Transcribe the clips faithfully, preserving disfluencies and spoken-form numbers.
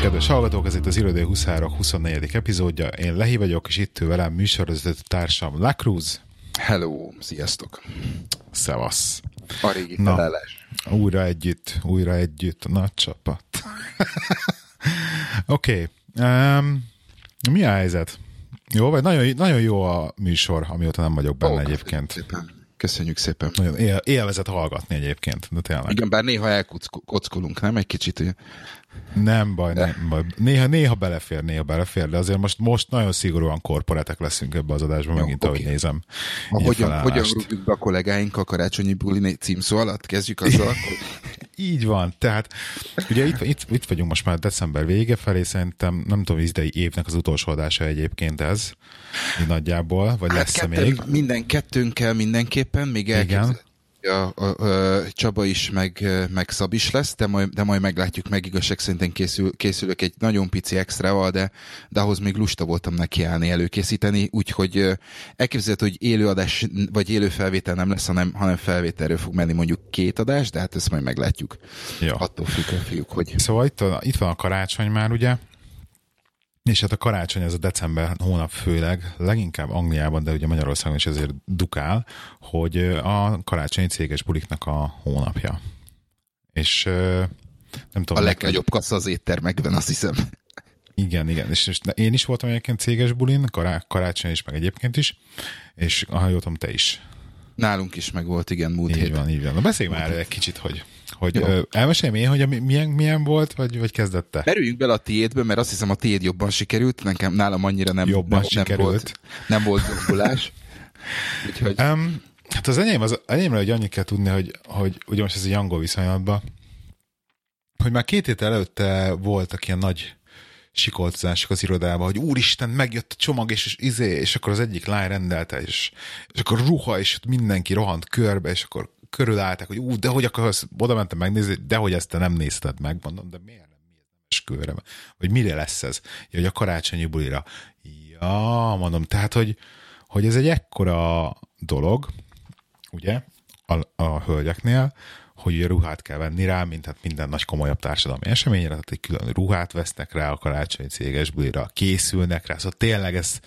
kedves hallgatók, ez itt az Irodai Huszárok huszonnegyedik epizódja. Én Lehi vagyok, és itt ő velem műsorvezető társam Lacruz. Hello, sziasztok! Szevasz! A régi Na, felállás. újra együtt, újra együtt, a nagy csapat. Oké, okay. um, mi a helyzet? Jó, vagy nagyon, nagyon jó a műsor, amióta nem vagyok benne oh, egyébként. Szépen. Köszönjük szépen. Nagyon él, élvezet hallgatni egyébként, de tényleg. Igen, bár néha elkockolunk, nem? Egy kicsit, ugye? Nem baj, nem baj. Néha, néha belefér, néha belefér, de azért most, most nagyon szigorúan korporátek leszünk ebbe az adásban, jó, megint okay. Ahogy nézem. Hogyan, hogyan rúgjuk be a kollégáink a karácsonyi buli címszó alatt? Kezdjük azzal? Így van, tehát ugye itt, itt, itt vagyunk most már december vége felé, szerintem nem tudom, az idei évnek az utolsó adása egyébként ez, nagyjából, vagy hát lesz-e még? Minden kettőnkkel mindenképpen, még elképzelhető. A, a, a Csaba is, meg, meg Szab is lesz, de majd, de majd meglátjuk, meg igazság szerintem készül, készülök egy nagyon pici extrával, de, de ahhoz még lusta voltam nekiállni, előkészíteni, úgyhogy elképzelhető, hogy élőadás, vagy élő felvétel nem lesz, hanem, hanem felvételről fog menni mondjuk két adás, de hát ezt majd meglátjuk. Ja. Attól függ, hogy... Szóval itt, a, itt van a karácsony már, ugye? És hát a karácsony, ez a december hónap főleg, leginkább Angliában, de ugye Magyarországon is ezért dukál, hogy a karácsonyi céges buliknak a hónapja. És nem tudom... A legnagyobb kasza az éttermekben, azt hiszem. Igen, igen. És, és én is voltam egyébként céges bulin, kará, karácsony is, meg egyébként is, és ha jól tudom, te is. Nálunk is meg volt, igen, múlt így héten. Van, így van. Na beszélj már egy kicsit, hogy... Hogy elmeséljem én, hogy a, milyen, milyen volt, vagy, vagy kezdett te? Merüljünk bele a tiédbe, mert azt hiszem a tiéd jobban sikerült, nekem nálam annyira nem, jobban nem, nem volt, nem volt dombulás. Úgyhogy... Um, hát az enyém, az enyémre, hogy annyit kell tudni, hogy, hogy ugye most ez egy angol viszonylatban, hogy már két héttel előtte voltak ilyen nagy sikoltozások az irodában, hogy úristen, megjött a csomag, és, és izé, és akkor az egyik lány rendelte, és, és akkor ruha, és mindenki rohant körbe, és akkor körülállták, hogy ú, de hogy akarsz, oda mentem megnézni, de hogy ezt te nem nézted meg, mondom, de miért nem, miért nem esküvőre, vagy mire lesz ez? Ja, hogy a karácsonyi bulira. Ja, mondom, tehát, hogy, hogy ez egy ekkora dolog, ugye, a, a hölgyeknél, hogy ruhát kell venni rá, mint hát minden nagy komolyabb társadalmi eseményre, tehát egy külön ruhát vesznek rá a karácsonyi céges bulira, készülnek rá, szóval tényleg ez,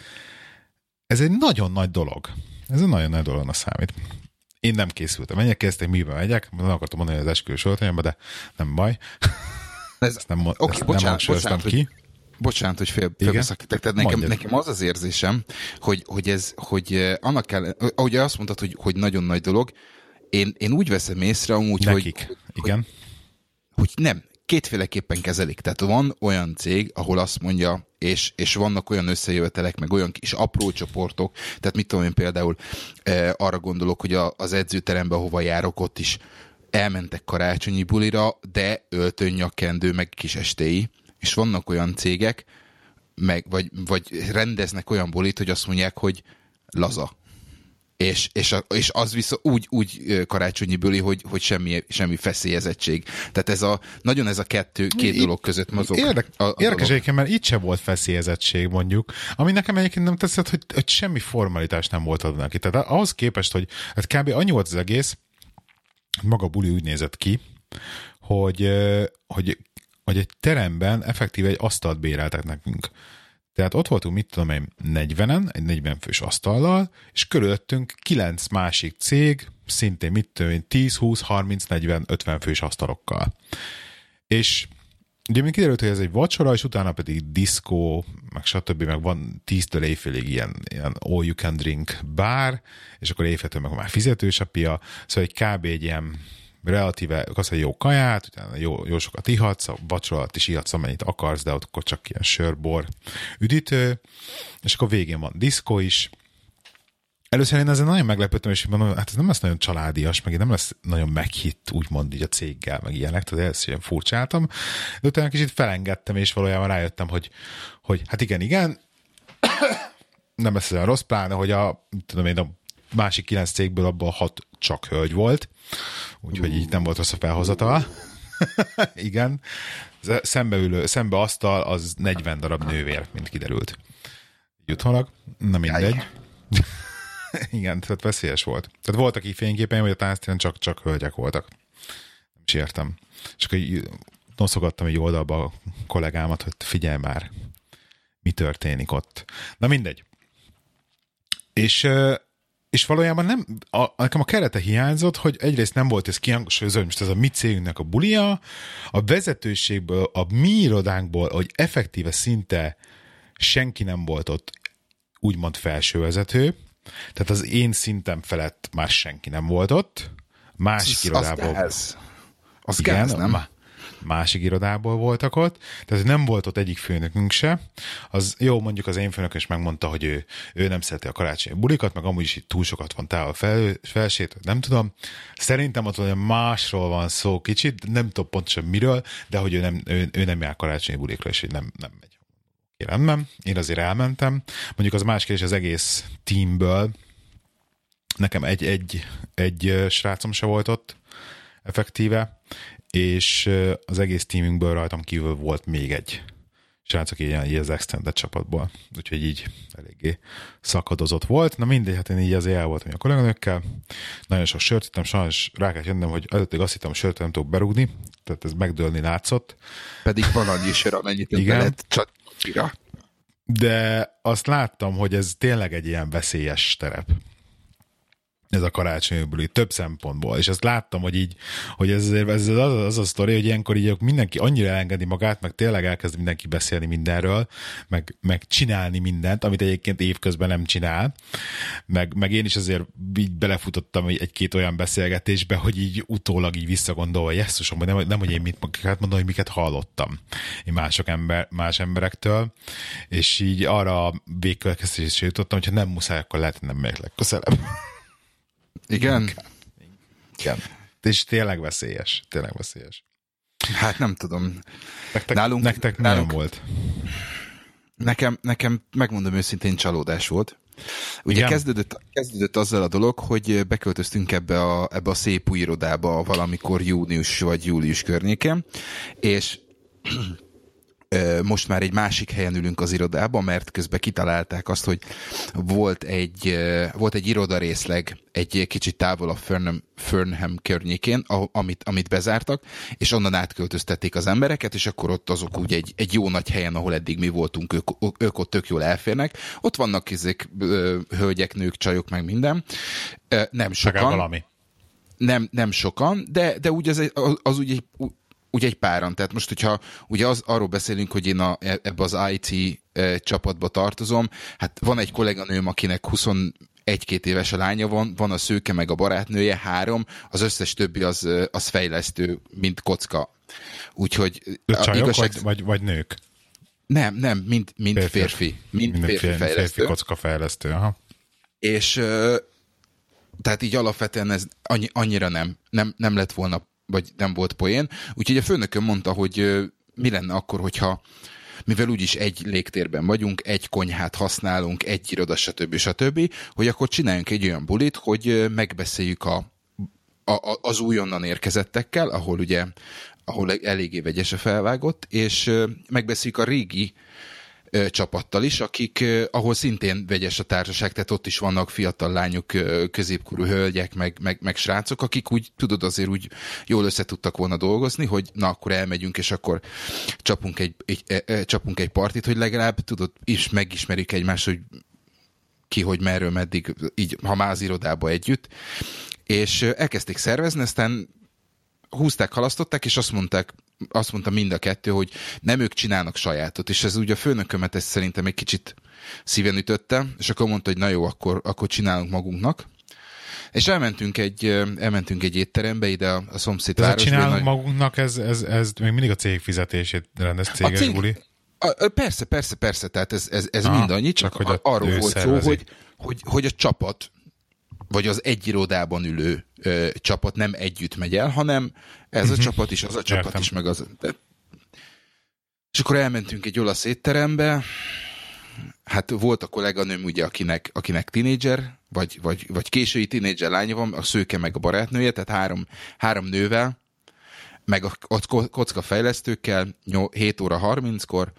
ez egy nagyon nagy dolog. Ez egy nagyon nagy dolog, a számít. Én nem készültem. Menjek, kezdtek, miben megyek. Nem akartam mondani, hogy az esküvős oltanyomba, de nem baj. Ez, ezt nem, okay, ezt bocsánat, nem hangsúlyoztam ki. Hogy, bocsánat, hogy fél, félbeszakítek. Tehát nekem, nekem az az érzésem, hogy, hogy ez, hogy annak kell, ahogy azt mondtad, hogy, hogy nagyon nagy dolog, én, én úgy veszem észre amúgy, nekik. hogy, igen. Hogy, hogy nem, kétféleképpen kezelik. Tehát van olyan cég, ahol azt mondja, és, és vannak olyan összejövetelek, meg olyan kis apró csoportok, tehát mit tudom én például e, arra gondolok, hogy a, az edzőterembe, hova járok, ott is elmentek karácsonyi bulira, de öltönnyakendő, meg kis estéi, és vannak olyan cégek, meg, vagy, vagy rendeznek olyan bulit, hogy azt mondják, hogy laza. És, és, a, és az viszont úgy, úgy karácsonyi buli, hogy, hogy semmi, semmi feszélyezettség. Tehát ez a, nagyon ez a kettő, két itt, dolog között mozog. Érdek, a, a érdekes egyébként, mert itt sem volt feszélyezettség mondjuk, ami nekem egyébként nem tetszett, hogy, hogy semmi formalitás nem volt adva neki. Tehát ahhoz képest, hogy hát kb. Annyi volt az egész, maga a buli úgy nézett ki, hogy, hogy, hogy egy teremben effektíve egy asztalt béreltek nekünk. Tehát ott voltunk, mit tudom én, negyvenen, egy negyven fős asztallal, és körülöttünk kilenc másik cég, szintén mit tudom én, tíz, húsz, harminc, negyven, ötven fős asztalokkal. És ugye még kiderült, hogy ez egy vacsora, és utána pedig diszkó, meg stb., meg van tíztől éjfélig ilyen, ilyen all you can drink bár, és akkor éjféltől meg már fizetős a pia, szóval egy kb. Egy ilyen relatíve, az, hogy jó kaját, utána jó, jó sokat ihatsz, a vacsora alatt is ihatsz, amennyit akarsz, de ott akkor csak ilyen sör, bor, üdítő, és akkor végén van diszkó is. Először én ezen nagyon meglepődtem, és mondom, hát ez nem lesz nagyon családias, meg nem lesz nagyon meghitt, úgymond így a céggel, meg ilyenek, tehát ezt ilyen furcsáltam, de utána kicsit felengedtem, és valójában rájöttem, hogy, hogy hát igen, igen, nem lesz olyan rossz, pláne, hogy a, tudom én, a másik kilenc cégből abban hat csak hölgy volt, úgyhogy így nem volt rossz a felhozatal. Igen. Szembeülő, szembe asztal az negyven darab nővér, mint kiderült. Jutólag? Na mindegy. Igen, tehát veszélyes volt. Tehát voltak így fényképeim, hogy a tánctéren csak, csak hölgyek voltak. Nem is értem. És akkor így, noszogattam egy oldalba a kollégámat, hogy figyelj már, mi történik ott. Na mindegy. És, és valójában nem, a, nekem a kerete hiányzott, hogy egyrészt nem volt ez kihangsúlyozó, hogy most ez a mi cégünknek a bulia, a vezetőségből, a mi irodánkból, hogy effektíve szinte senki nem volt ott úgymond felsővezető, tehát az én szintem felett már senki nem volt ott, másik az, irodából. Az gáz. Az igen, gáz, nem? Másik irodából voltak ott, tehát nem volt ott egyik főnökünk se. Az jó, mondjuk az én főnök is megmondta, hogy ő, ő nem szereti a karácsonyi bulikat, meg amúgy is itt túl sokat van távol fel, felsét, nem tudom. Szerintem ott olyan másról van szó kicsit, nem tudom pontosan miről, de hogy ő nem, ő, ő nem jár karácsonyi bulikra, és hogy nem, nem megy. Rendben, én azért elmentem. Mondjuk az más kérdés, az egész teamből nekem egy, egy, egy srácom se volt ott effektíve, és az egész teamünkből rajtam kívül volt még egy srác, aki így az extended csapatból, úgyhogy így eléggé szakadozott volt. Na mindegy, hát én így azért el voltam a kolléganőkkel, nagyon sok sört ittem, sajnos rá kell jönnöm, hogy előttig azt hittem, a sört nem tudok berúgni, tehát ez megdőlni látszott. Pedig van annyi sör, amennyit nem lehet csatira. De azt láttam, hogy ez tényleg egy ilyen veszélyes terep. Ez a karácsonyi buli, több szempontból. És azt láttam, hogy így, hogy ez, ez az, az a sztori, hogy ilyenkor így mindenki annyira elengedi magát, meg tényleg elkezd mindenki beszélni mindenről, meg, meg csinálni mindent, amit egyébként évközben nem csinál. Meg, meg én is azért így belefutottam egy-két olyan beszélgetésbe, hogy így utólag így visszagondolva, jesszusom, hogy nem, nem hogy én mit hát mondom, hogy miket hallottam én mások ember, más emberektől, és így arra a végkövetkeztetésre jutottam, hogyha nem muszáj, akkor lehet, hogy nem megyek legközelebb. Igen? Igen. És tényleg veszélyes. Tényleg veszélyes. Hát nem tudom. Nektek, nálunk, nektek nálunk, nem volt? Nekem, nekem, megmondom őszintén, csalódás volt. Ugye kezdődött, kezdődött azzal a dolog, hogy beköltöztünk ebbe a, ebbe a szép új irodába valamikor június vagy július környéken, és most már egy másik helyen ülünk az irodában, mert közben kitalálták azt, hogy volt egy, volt egy irodarészleg egy kicsit távol a Fernham, Fernham környékén, amit, amit bezártak, és onnan átköltöztették az embereket, és akkor ott azok úgy egy, egy jó nagy helyen, ahol eddig mi voltunk, ők, ők ott tök jól elférnek. Ott vannak ezek hölgyek, nők, csajok, meg minden. Nem sokan. valami. Nem, nem sokan, de, de úgy az, az, az úgy egy Ugye egy páran, tehát most, hogyha ugye az, arról beszélünk, hogy én a, ebbe az i té e, csapatba tartozom, hát van egy kolléganőm, akinek huszonegy-két éves a lánya van, van a szőke meg a barátnője, három, az összes többi az, az fejlesztő, mint kocka. Úgyhogy... Csajok igazság... vagy, vagy, vagy nők? Nem, nem, mint, mint férfi. férfi. Mint Minden férfi fejlesztő. Férfi kocka fejlesztő, aha. És tehát így alapvetően ez annyi, annyira nem, nem, nem lett volna vagy nem volt poén. Úgyhogy a főnököm mondta, hogy mi lenne akkor, hogyha mivel úgyis egy légtérben vagyunk, egy konyhát használunk, egy iroda, stb. stb., hogy akkor csináljunk egy olyan bulit, hogy megbeszéljük a, a, az újonnan érkezettekkel, ahol ugye ahol eléggé vegyes a felvágott, és megbeszéljük a régi csapattal is, akik, ahol szintén vegyes a társaság, tehát ott is vannak fiatal lányok, középkorú hölgyek, meg, meg, meg srácok, akik úgy, tudod, azért úgy jól össze tudtak volna dolgozni, hogy na, akkor elmegyünk, és akkor csapunk egy, egy, egy, csapunk egy partit, hogy legalább, tudod, is megismerjük egymást, hogy ki, hogy merről, meddig, így, ha már az irodába együtt. És elkezdték szervezni, aztán húzták, halasztották, és azt mondták, azt mondta mind a kettő, hogy nem ők csinálnak sajátot, és ez ugye a főnökömet ezt szerintem egy kicsit szíven ütötte, és akkor mondta, hogy na jó, akkor, akkor csinálunk magunknak. És elmentünk egy, elmentünk egy étterembe ide a, a szomszéd városba. Ez a csinálunk nagy... magunknak, ez, ez, ez még mindig a cég fizetését rendez céges cég... buli? A, persze, persze, persze, tehát ez, ez, ez ah, mind annyi, csak, csak a, arról volt szervezi. szó, hogy, hogy, hogy a csapat, vagy az egy irodában ülő ö, csapat nem együtt megy el, hanem ez uh-huh. a csapat is, az a csapat Értem. is, meg az... De... És akkor elmentünk egy olasz étterembe, hát volt a kolléganőm, ugye, akinek, akinek tínédzser, vagy, vagy, vagy késői tínédzser lánya van, a szőke meg a barátnője, tehát három, három nővel, meg a, a kocka fejlesztőkkel, hét óra harminckor,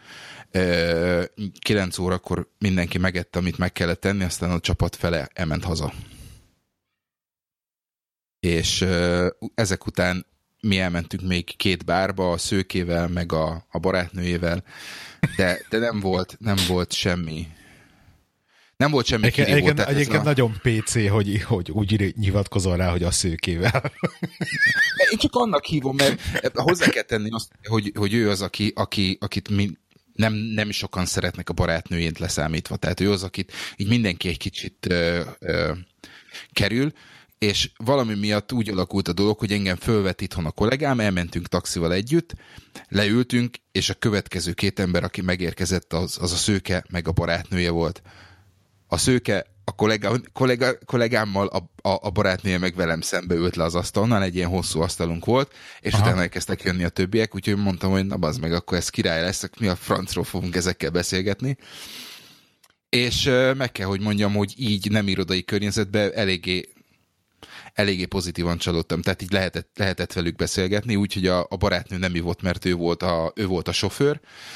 kilenc órakor mindenki megette, amit meg kellett tenni, aztán a csapat fele elment haza. És ezek után mi elmentünk még két bárba, a Szőkével, meg a, a barátnőjével, de, de nem volt, nem volt semmi. Nem volt semmi kirívó. Egyébként, egyébként a... nagyon pé cé, hogy, hogy úgy nyilatkozol rá, hogy a Szőkével. Én csak annak hívom, mert hozzá kell tenni azt, hogy, hogy ő az, aki, aki, akit mi nem, nem sokan szeretnek a barátnőjét leszámítva. Tehát ő az, akit így mindenki egy kicsit ö, ö, kerül, és valami miatt úgy alakult a dolog, hogy engem fölvett itthon a kollégám, elmentünk taxival együtt, leültünk, és a következő két ember, aki megérkezett, az, az a Szőke, meg a barátnője volt. A Szőke a kollégá, kollégá, kollégámmal, a, a, a barátnője meg velem szembe ült le az asztalnál, egy ilyen hosszú asztalunk volt, és Aha. utána elkezdtek jönni a többiek, úgyhogy mondtam, hogy na bazd meg, akkor ez király lesz, mi a francról fogunk ezekkel beszélgetni. És meg kell, hogy mondjam, hogy így nem irodai környezetben eléggé eléggé pozitívan csalódtam, tehát így lehetett, lehetett velük beszélgetni, úgyhogy a, a barátnő nem ivott, mert ő volt a, ő volt a sofőr,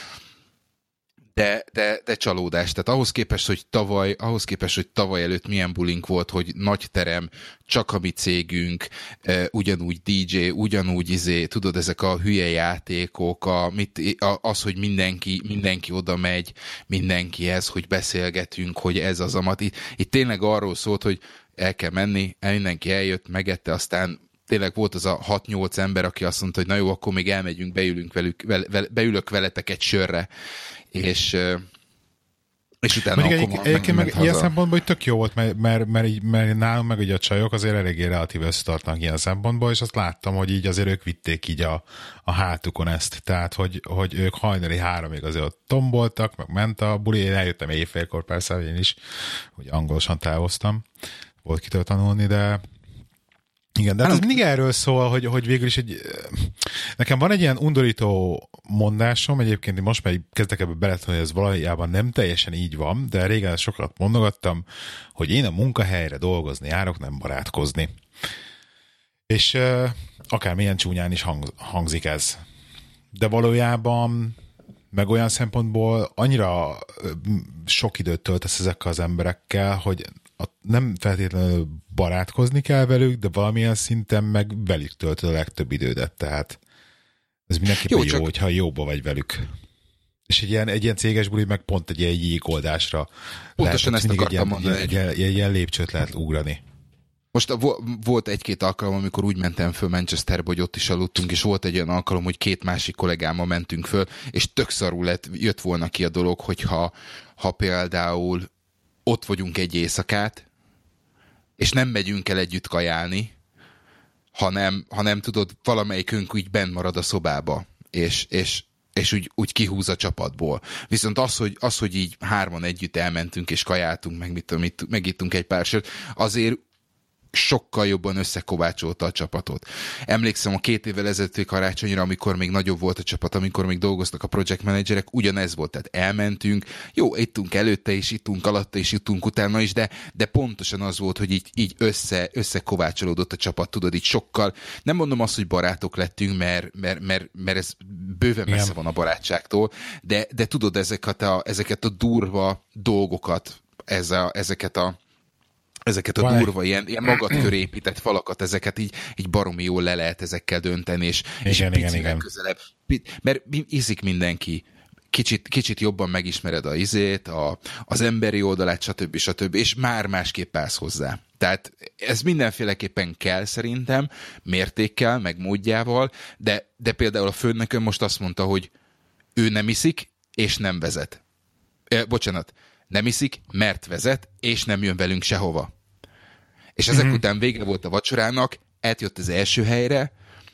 de, de, de csalódás. Tehát ahhoz képest, hogy tavaly, ahhoz képest, hogy tavaly előtt milyen bulink volt, hogy nagy terem, csak a mi cégünk, e, ugyanúgy dé dzsé, ugyanúgy izé, tudod, ezek a hülye játékok, a, mit, a, az, hogy mindenki, mindenki oda megy, mindenkihez, hogy beszélgetünk, hogy ez az amat. Itt, itt tényleg arról szólt, hogy el kell menni, el mindenki eljött, megette, aztán tényleg volt az a hat-nyolc ember, aki azt mondta, hogy na jó, akkor még elmegyünk, beülünk velük, vele, beülök veletek egy sörre, és, és utána Mondjuk akkor egy, egyébként meg ilyen szempontból, hogy tök jó volt, mert, mert, mert, így, mert nálunk meg ugye a csajok azért eléggé relatív összetartanak ilyen szempontból, és azt láttam, hogy így azért ők vitték így a, a hátukon ezt, tehát hogy, hogy ők hajnali háromig azért ott tomboltak, meg ment a buli, én eljöttem éjfélkor, persze, én is, hogy angolosan távoztam, volt kitől tanulni, de igen, de hát ez mindig erről szól, hogy, hogy végül is egy... Nekem van egy ilyen undorító mondásom, egyébként most már kezdek ebbe beletudni, hogy ez valójában nem teljesen így van, de régen sokat mondogattam, hogy én a munkahelyre dolgozni járok, nem barátkozni. És uh, akármilyen csúnyán is hang, hangzik ez. De valójában meg olyan szempontból annyira sok időt töltesz ezekkel az emberekkel, hogy nem feltétlenül barátkozni kell velük, de valamilyen szinten meg velük töltöd a legtöbb idődet, tehát ez mindenképpen jó, jó csak... hogyha jóba vagy velük. És egy ilyen, egy ilyen céges buli meg pont egy ilyen jégoldásra pontosan lehet, ezt akartam egy ilyen, egy, egy, egy ilyen lépcsőt lehet ugrani. Most a, volt egy-két alkalom, amikor úgy mentem föl Manchesterbe, hogy ott is aludtunk, és volt egy olyan alkalom, hogy két másik kollégámmal mentünk föl, és tök szarul lett, jött volna ki a dolog, hogyha ha például ott vagyunk egy éjszakát, és nem megyünk el együtt kajálni, hanem, hanem tudod, valamelyikünk úgy benn marad a szobába, és, és, és úgy, úgy kihúz a csapatból. Viszont az, hogy, az, hogy így hárman együtt elmentünk, és kajáltunk, meg mit tudom, mit, megittunk egy pár sört, azért sokkal jobban összekovácsolta a csapatot. Emlékszem a két évvel ezelőtti karácsonyra, amikor még nagyobb volt a csapat, amikor még dolgoztak a project managerek, ugyanez volt, tehát elmentünk, jó, ittunk előtte is, ittunk alatta is, ittunk utána is, de, de pontosan az volt, hogy így, így össze, összekovácsolódott a csapat, tudod, így sokkal, nem mondom azt, hogy barátok lettünk, mert, mert, mert, mert ez bőven messze van a barátságtól, de, de tudod, ezeket a, ezeket a durva dolgokat, ez a, ezeket a ezeket a Vaj. durva, ilyen, ilyen magadköré épített falakat, ezeket így, így baromi jól le lehet ezekkel dönteni, és, igen, és igen, picivel igen. közelebb. Mert ízik mindenki. Kicsit, kicsit jobban megismered a izét, a, az emberi oldalát, stb. stb. És már másképp állsz hozzá. Tehát ez mindenféleképpen kell szerintem, mértékkel, meg módjával, de, de például a főnököm most azt mondta, hogy ő nem iszik, és nem vezet. E, bocsánat, nem iszik, mert vezet, és nem jön velünk sehova. És ezek mm-hmm. után vége volt a vacsorának, eljött az első helyre,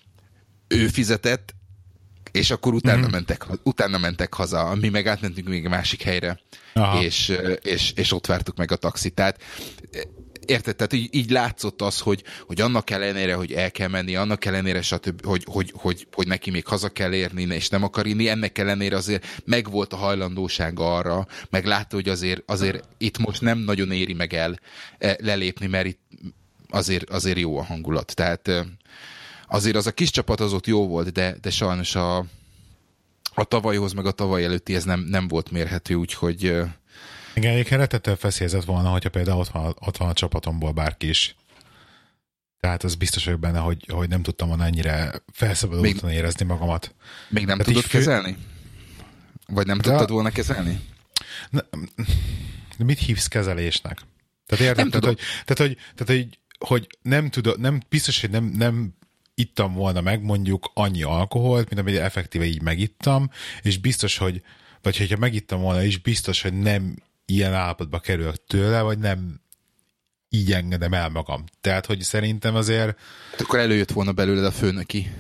ő fizetett, és akkor utána, mm-hmm. mentek, utána mentek haza, mi meg átmentünk még a másik helyre, és, és, és ott vártuk meg a taxit. Tehát érted? Tehát így, így látszott az, hogy, hogy annak ellenére, hogy el kell menni, annak ellenére, stb., hogy, hogy, hogy, hogy neki még haza kell érni, és nem akar inni, ennek ellenére azért megvolt a hajlandósága arra, meg látta, hogy azért, azért itt most nem nagyon éri meg el lelépni, mert itt azért, azért jó a hangulat. Tehát azért az a kis csapat az ott jó volt, de, de sajnos a, a tavalyhoz, meg a tavaly előtti ez nem, nem volt mérhető, úgyhogy... Igen, egyébként rettettel feszélyezett volna, hogyha például ott van, ott van a csapatomból bárki is. Tehát az biztos vagyok benne, hogy, hogy nem tudtam volna ennyire felszabadultan még, érezni magamat. Még nem Tehát tudod fő... kezelni? Vagy nem de... tudtad volna kezelni? Na, de mit hívsz kezelésnek? Tehát értem, tehát, hogy, tehát, hogy, tehát, hogy, hogy nem tudod, nem, biztos, hogy nem, nem ittam volna meg mondjuk annyi alkoholt, mint amit effektíve így megittam, és biztos, hogy, vagy hogyha megittam volna is, biztos, hogy nem ilyen állapotba kerülök tőle, vagy nem így engedem el magam. Tehát, hogy szerintem azért... Hát akkor előjött volna belőled a főnöki.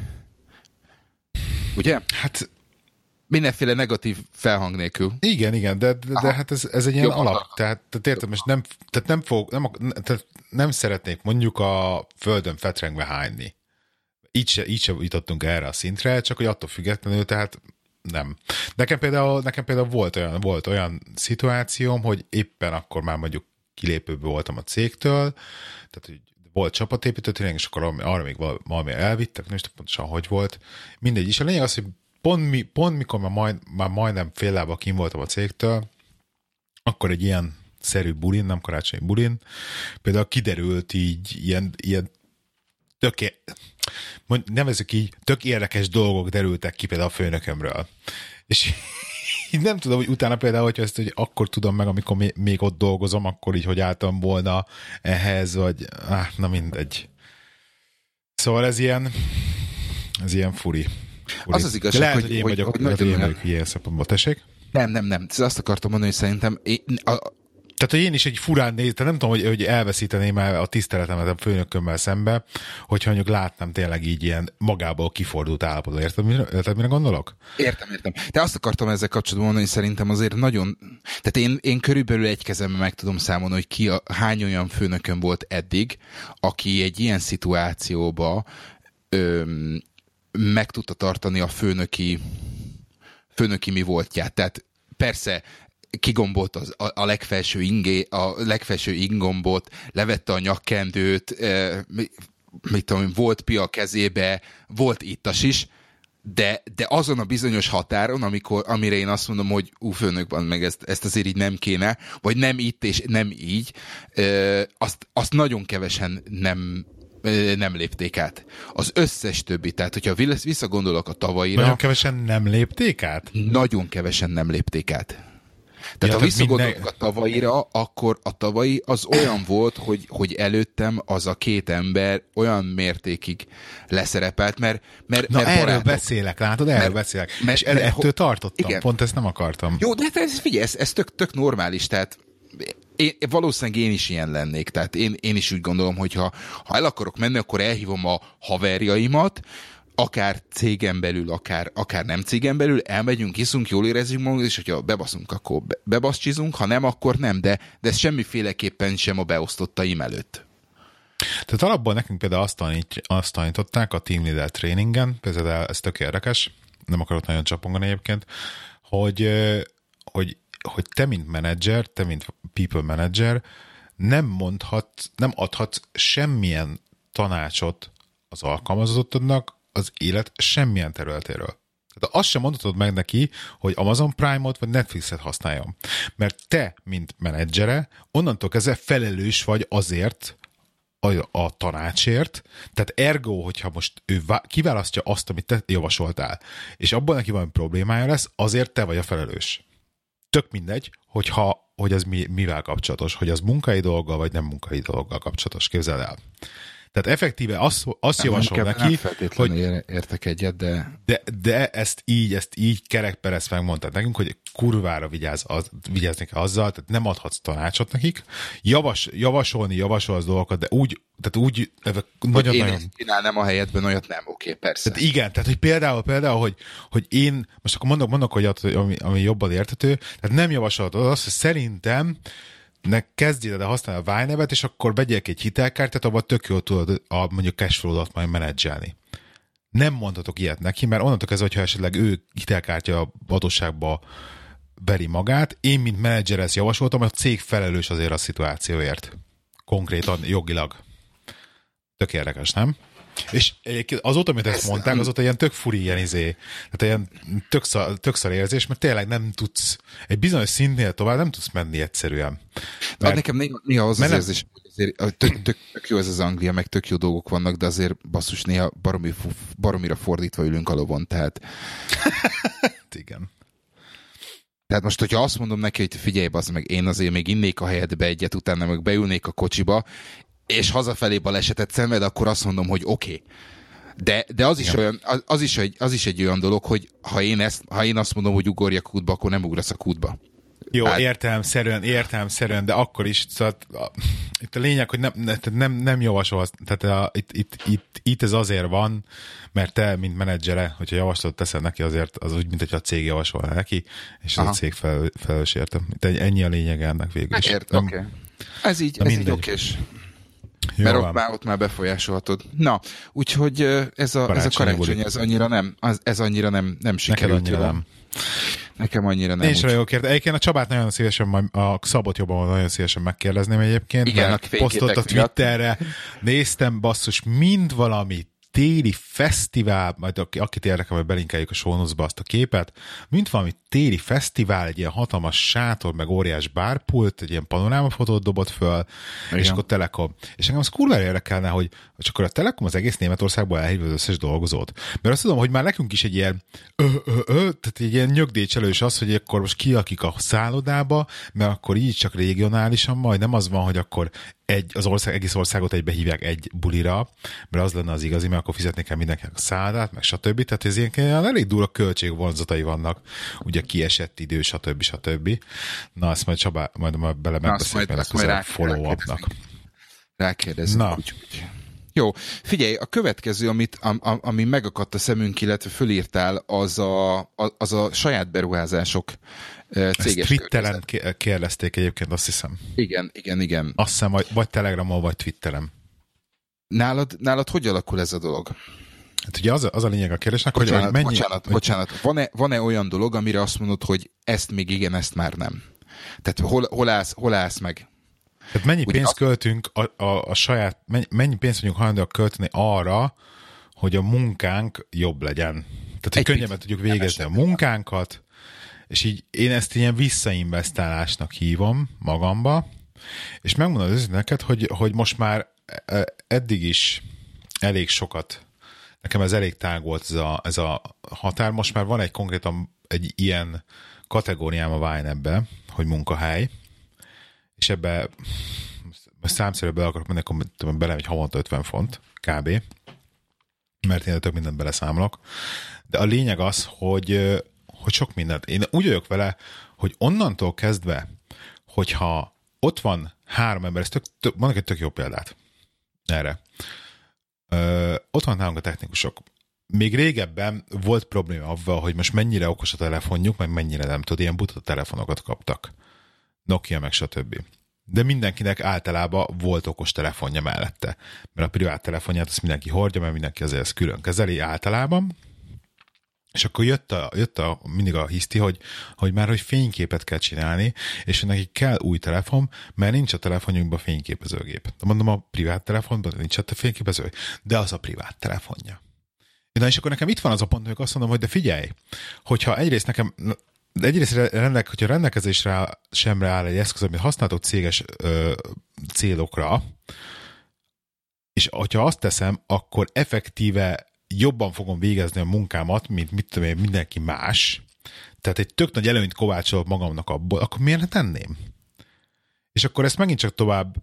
Ugye? Hát... Mindenféle negatív felhang nélkül. Igen, igen, de, de, de hát ez, ez egy ilyen Jobb alap. Tehát, tehát értem, most nem, tehát nem, fog, nem, tehát nem szeretnék mondjuk a földön fetrengve hányni. Így se, így se jutottunk erre a szintre, csak hogy attól függetlenül, tehát nem. Nekem például, nekem például volt, olyan, volt olyan szituációm, hogy éppen akkor már mondjuk kilépőből voltam a cégtől, tehát hogy volt csapatépítő tényleg, és akkor arra még valami elvittek, nem is pontosan hogy volt. Mindegy is. A lényeg az, hogy pont, mi, pont mikor már, majd, már majdnem fél lába kim voltam a cégtől, akkor egy ilyen szerű bulin, nem karácsonyi bulin, például kiderült így ilyen, ilyen tök, nevezzük így, tök érdekes dolgok derültek ki például a főnökömről. És így nem tudom, hogy utána például, hogyha ezt hogy akkor tudom meg, amikor még ott dolgozom, akkor így, hogy álltam volna ehhez, vagy áh, na mindegy. Szóval ez ilyen ez ilyen furi. furi. Az az igazság, lehet, hogy, hogy én hogy, vagyok, hogy, hogy hogy én vagyok ilyen szempontból. Tessék? Nem, nem, nem. Azt akartam mondani, hogy szerintem én, a, Tehát, hogy én is egy furán néz, tehát nem tudom, hogy, hogy elveszíteném el a tiszteletemet a főnökömmel szembe, hogyha mondjuk látnám tényleg így ilyen magából kifordult állapotban. Érted, mire, érted, mire gondolok? Értem, értem. De azt akartam ezzel kapcsolatban mondani, hogy szerintem azért nagyon... Tehát én, én körülbelül egy kezemben meg tudom számolni, hogy ki a, hány olyan főnököm volt eddig, aki egy ilyen szituációba öm, meg tudta tartani a főnöki, főnöki mi voltját. Tehát persze kigombolt az, a, a legfelső ingé, a legfelső ingombot, levette a nyakkendőt, e, mit tudom, volt pia a kezébe, volt ittas is, de, de azon a bizonyos határon, amikor, amire én azt mondom, hogy ú, főnökban meg ezt, ezt azért így nem kéne, vagy nem itt és nem így, e, azt, azt nagyon kevesen nem nem lépték át. Az összes többi, tehát hogyha visszagondolok a tavaira... Nagyon kevesen nem lépték át? Nagyon kevesen nem lépték át. Tehát ja, ha visszagondolok minden... a tavaira, akkor a tavalyi az olyan volt, hogy, hogy előttem az a két ember olyan mértékig leszerepelt, mert, mert, Na mert erről barátok, beszélek, látod, erről mert, beszélek. Mert, és mert, ettől tartottam, igen. Pont ezt nem akartam. Jó, de hát ez, figyelj, ez, ez tök, tök normális, tehát én, valószínűleg én is ilyen lennék, tehát én, én is úgy gondolom, hogy ha, ha el akarok menni, akkor elhívom a haverjaimat, akár cégen belül, akár, akár nem cégen belül, elmegyünk, iszunk, jól érezzük magunkat, és hogyha bebaszunk, akkor be, bebaszcsizunk, ha nem, akkor nem, de, de ez semmiféleképpen sem a beosztottaim előtt. Tehát alapból nekünk például azt, tanít, azt tanították a Team Leader tréningen, például ez tök érdekes, nem akarok nagyon csapongani egyébként, hogy, hogy, hogy te, mint menedzser, te, mint people manager, nem mondhat, nem adhatsz semmilyen tanácsot az alkalmazottodnak az élet semmilyen területéről. Tehát azt sem mondhatod meg neki, hogy Amazon Prime-ot vagy Netflixet használjon. Mert te, mint menedzsere, onnantól kezdve felelős vagy azért, A, a tanácsért, tehát ergo, hogyha most ő kiválasztja azt, amit te javasoltál, és abban neki valami problémája lesz, azért te vagy a felelős. Tök mindegy, hogyha, hogy az mi, mivel kapcsolatos, hogy az munkai dolga, vagy nem munkai dolggal kapcsolatos, képzeld el. Tehát effektíve azt, azt javasol neki, nem feltétlenül értek egyet, de... de... De ezt így, ezt így kerekperec megmondtad nekünk, hogy kurvára vigyázz, az, vigyázni kell azzal, tehát nem adhatsz tanácsot nekik, Javas, javasolni, javasolsz dolgokat, de úgy, tehát úgy nagyon-nagyon... Én ezt csinálnám a helyetben, olyat nem, oké, persze. Tehát igen, tehát hogy például, például hogy, hogy én, most akkor mondok, mondok hogy ami, ami jobban értető, tehát nem javasolod azt, hogy szerintem ne kezdjél el használni a Vájnevet, és akkor vegyél egy hitelkártyát, abban tök jól tudod a, mondjuk cashflow-ot majd menedzselni. Nem mondhatok ilyet neki, mert onnantól kezdve, hogyha esetleg ő hitelkártya adósságba veri magát, én, mint menedzser ezt javasoltam, hogy a cég felelős azért a szituációért. Konkrétan, jogilag. Tök érdekes, nem? És azóta, amit ezt mondták, azóta ilyen tök furi, ilyen izé, tehát ilyen tök, szar, tök szar érzés, mert tényleg nem tudsz, egy bizonyos szintnél tovább nem tudsz menni egyszerűen. Mert, nekem néha, néha az az érzés, hogy azért tök, tök, tök jó ez az Anglia, meg tök jó dolgok vannak, de azért basszus néha baromi, baromira fordítva ülünk a lovon, tehát... Igen. Tehát most, hogyha azt mondom neki, hogy figyelj, bassz meg, én azért még innék a helyedbe egyet, utána meg beülnék a kocsiba, és hazafelé balesetet szenved, akkor azt mondom, hogy oké. Okay. De, de az, is olyan, az, az, is egy, az is egy olyan dolog, hogy ha én, ezt, ha én azt mondom, hogy ugorjak kútba, akkor nem ugrasz a kútba. Jó, hát... értelemszerűen, értelemszerűen, de akkor is, szóval a, itt a lényeg, hogy nem, nem, nem javasolsz, tehát a, itt, itt, itt, itt ez azért van, mert te, mint menedzsere, hogyha javaslatot teszel neki, azért az úgy, mint hogyha a cég javasolna neki, és az a cég fel, felelős érte. Itt ennyi a lényeg ennek végül is. Ért, oké. Okay. Ez így, ez így okés. Mert ott már, ott már befolyásolhatod. Na, úgyhogy ez a, ez a karácsony, ez annyira nem, ez annyira nem, nem sikerült. Neked annyira nem. Nekem annyira nem. Én is rajok érte. Egyébként a Csabát nagyon szívesen, a Szabot jobban nagyon szívesen megkérdezném egyébként. Igen, a posztolt a Twitterre, néztem, basszus, mind valami téli fesztivál, majd akit érdekel, hogy belinkeljük a show notes-ba azt a képet, mint valami téli fesztivál, egy ilyen hatalmas sátor, meg óriás bárpult, egy ilyen panorámafotót dobott föl, igen. És akkor Telekom. És engem az kurvára érdekelne, hogy csak akkor a Telekom az egész Németországból elhívja az összes dolgozót. Mert azt tudom, hogy már nekünk is egy ilyen ö, ö, ö, tehát egy ilyen nyögdécselős az, hogy akkor most kilakik a szállodába, mert akkor így csak regionálisan, majd nem az van, hogy akkor egy, az ország, egész országot egybe hívják egy bulira, mert az lenne az igazi, mert akkor fizetni kell mindenkinek a szállát, meg stb. Tehát ez ilyen elég durva költségvonzatai vannak, ugye kiesett idő, stb. stb. Na, azt majd Csaba, majd, majd bele megbeszéljük, mert ezt a follow-upnak. Rákérdezünk. Na. Úgy, úgy. Jó, figyelj, a következő, amit, am, ami megakadt a szemünk, illetve fölírtál, az a, az a saját beruházások céges Twitteren kérdezték egyébként, azt hiszem. Igen, igen, igen. Azt hiszem, vagy, vagy Telegramon, vagy Twitteren. Nálad, nálad hogy alakul ez a dolog? Hát ugye az, az a lényeg a kérdésnek, bocsánat, hogy mennyi... Bocsánat, hogy... bocsánat. Van-e, van-e olyan dolog, amire azt mondod, hogy ezt még igen, ezt már nem? Tehát hol, hol, állsz, hol állsz meg? Tehát mennyi ugye pénzt azt... költünk a, a, a saját... Mennyi, mennyi pénzt vagyunk hajlandóak költeni arra, hogy a munkánk jobb legyen. Tehát, hogy könnyebben tudjuk végezni a munkánkat, és így én ezt ilyen visszainvestálásnak hívom magamba, és megmondom az neked, hogy, hogy most már eddig is elég sokat, nekem ez elég tág volt ez a, ez a határ, most már van egy konkrétan egy ilyen kategóriám a Wine-ebbe, hogy munkahely, és ebbe most számszerűen bele akarok menni, akkor bele egy havonta ötven font, kb. Mert én tök mindent beleszámolok. De a lényeg az, hogy, hogy sok mindent. Én úgy vagyok vele, hogy onnantól kezdve, hogyha ott van három ember, ez tök, tök, mondok egy tök jó példát erre. Ö, ott van nálunk a technikusok. Még régebben volt probléma avval, hogy most mennyire okos a telefonjuk, meg mennyire nem tud, ilyen buta telefonokat kaptak. Nokia, meg stb. De mindenkinek általában volt okos telefonja mellette. Mert a privát telefonját azt mindenki hordja, mert mindenki azért ezt külön kezeli általában. És akkor jött, a, jött a, mindig a hiszti, hogy, hogy már hogy fényképet kell csinálni, és hogy nekik kell új telefon, mert nincs a telefonjunkban fényképezőgép. De mondom, a privát telefonban nincs a fényképező, de az a privát telefonja. Na és akkor nekem itt van az a pont, hogy azt mondom, hogy de figyelj, hogyha egyrészt nekem, egyrészt rendelk, hogyha rendelkezésre semre áll egy eszköz, amit használtok céges ö, célokra, és hogyha azt teszem, akkor effektíve jobban fogom végezni a munkámat, mint mit tudom én, mindenki más, tehát egy tök nagy előnyt kovácsolok magamnak abból, akkor miért ne tenném? És akkor ezt megint csak tovább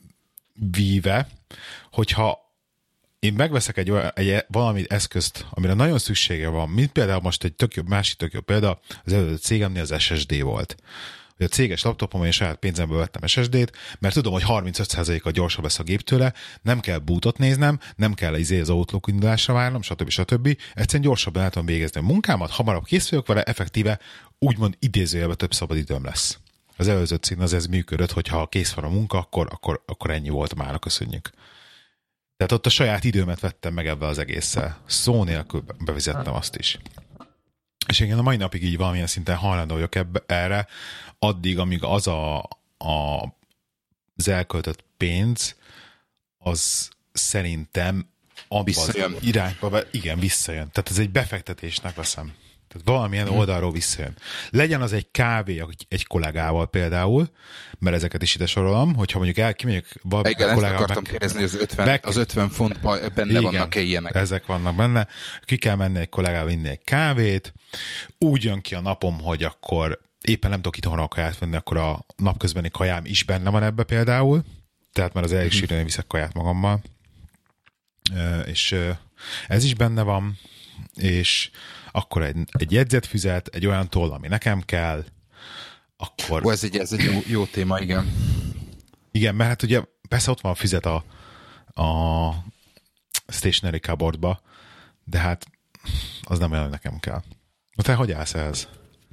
víve, hogyha én megveszek egy, egy valami eszközt, amire nagyon szüksége van, mint például most egy tök jobb, másik tök jobb példa, az előző cégemnél az es es dé volt. Hogy a céges laptopomon én saját pénzemből vettem es es dét, mert tudom, hogy harmincöt százalékkal gyorsabb lesz a gép tőle, nem kell bootot néznem, nem kell izé az Outlook indulásra várnom, stb. stb. Egyszerűen gyorsabban el tudom végezni a munkámat, hamarabb kész vagyok vele, effektíve úgymond idézőjelben több szabad időm lesz. Az előző cégnél az ez működött, hogyha kész van a munka, akkor, akkor, akkor ennyi volt már, köszönjük. Tehát ott a saját időmet vettem meg ebben az egésszel. Szó nélkül bevizettem azt is. És én a mai napig így valamilyen szinten hajlandó vagyok ebbe, erre, addig, amíg az a, a, az elköltött pénz, az szerintem abba az irányba, igen, visszajön. Tehát ez egy befektetésnek veszem. Tehát valamilyen hmm. oldalról visszajön. Legyen az egy kávé egy kollégával például, mert ezeket is ide sorolom, hogyha mondjuk el, kimegyek valami kollégával. Igen, akartam meg, kérdezni, az ötven, meg, az ötven fontban benne igen, vannak-e ilyenek? Ezek vannak benne. Ki kell menni egy kollégával vinni egy kávét, úgy jön ki a napom, hogy akkor éppen nem tudok itthon a kaját venni, akkor a napközbeni kajám is benne van ebbe például, tehát már az elég sűrűn hmm. viszek kaját magammal. És ez is benne van, és akkor egy, egy jegyzetfüzet, egy olyan toll, ami nekem kell, akkor... Ó, ez egy, ez egy jó, jó téma, igen. Igen, mert hát ugye persze ott van a füzet a, a stationary cupboardba, de hát az nem olyan, hogy nekem kell. Na te hogy állsz ehhez?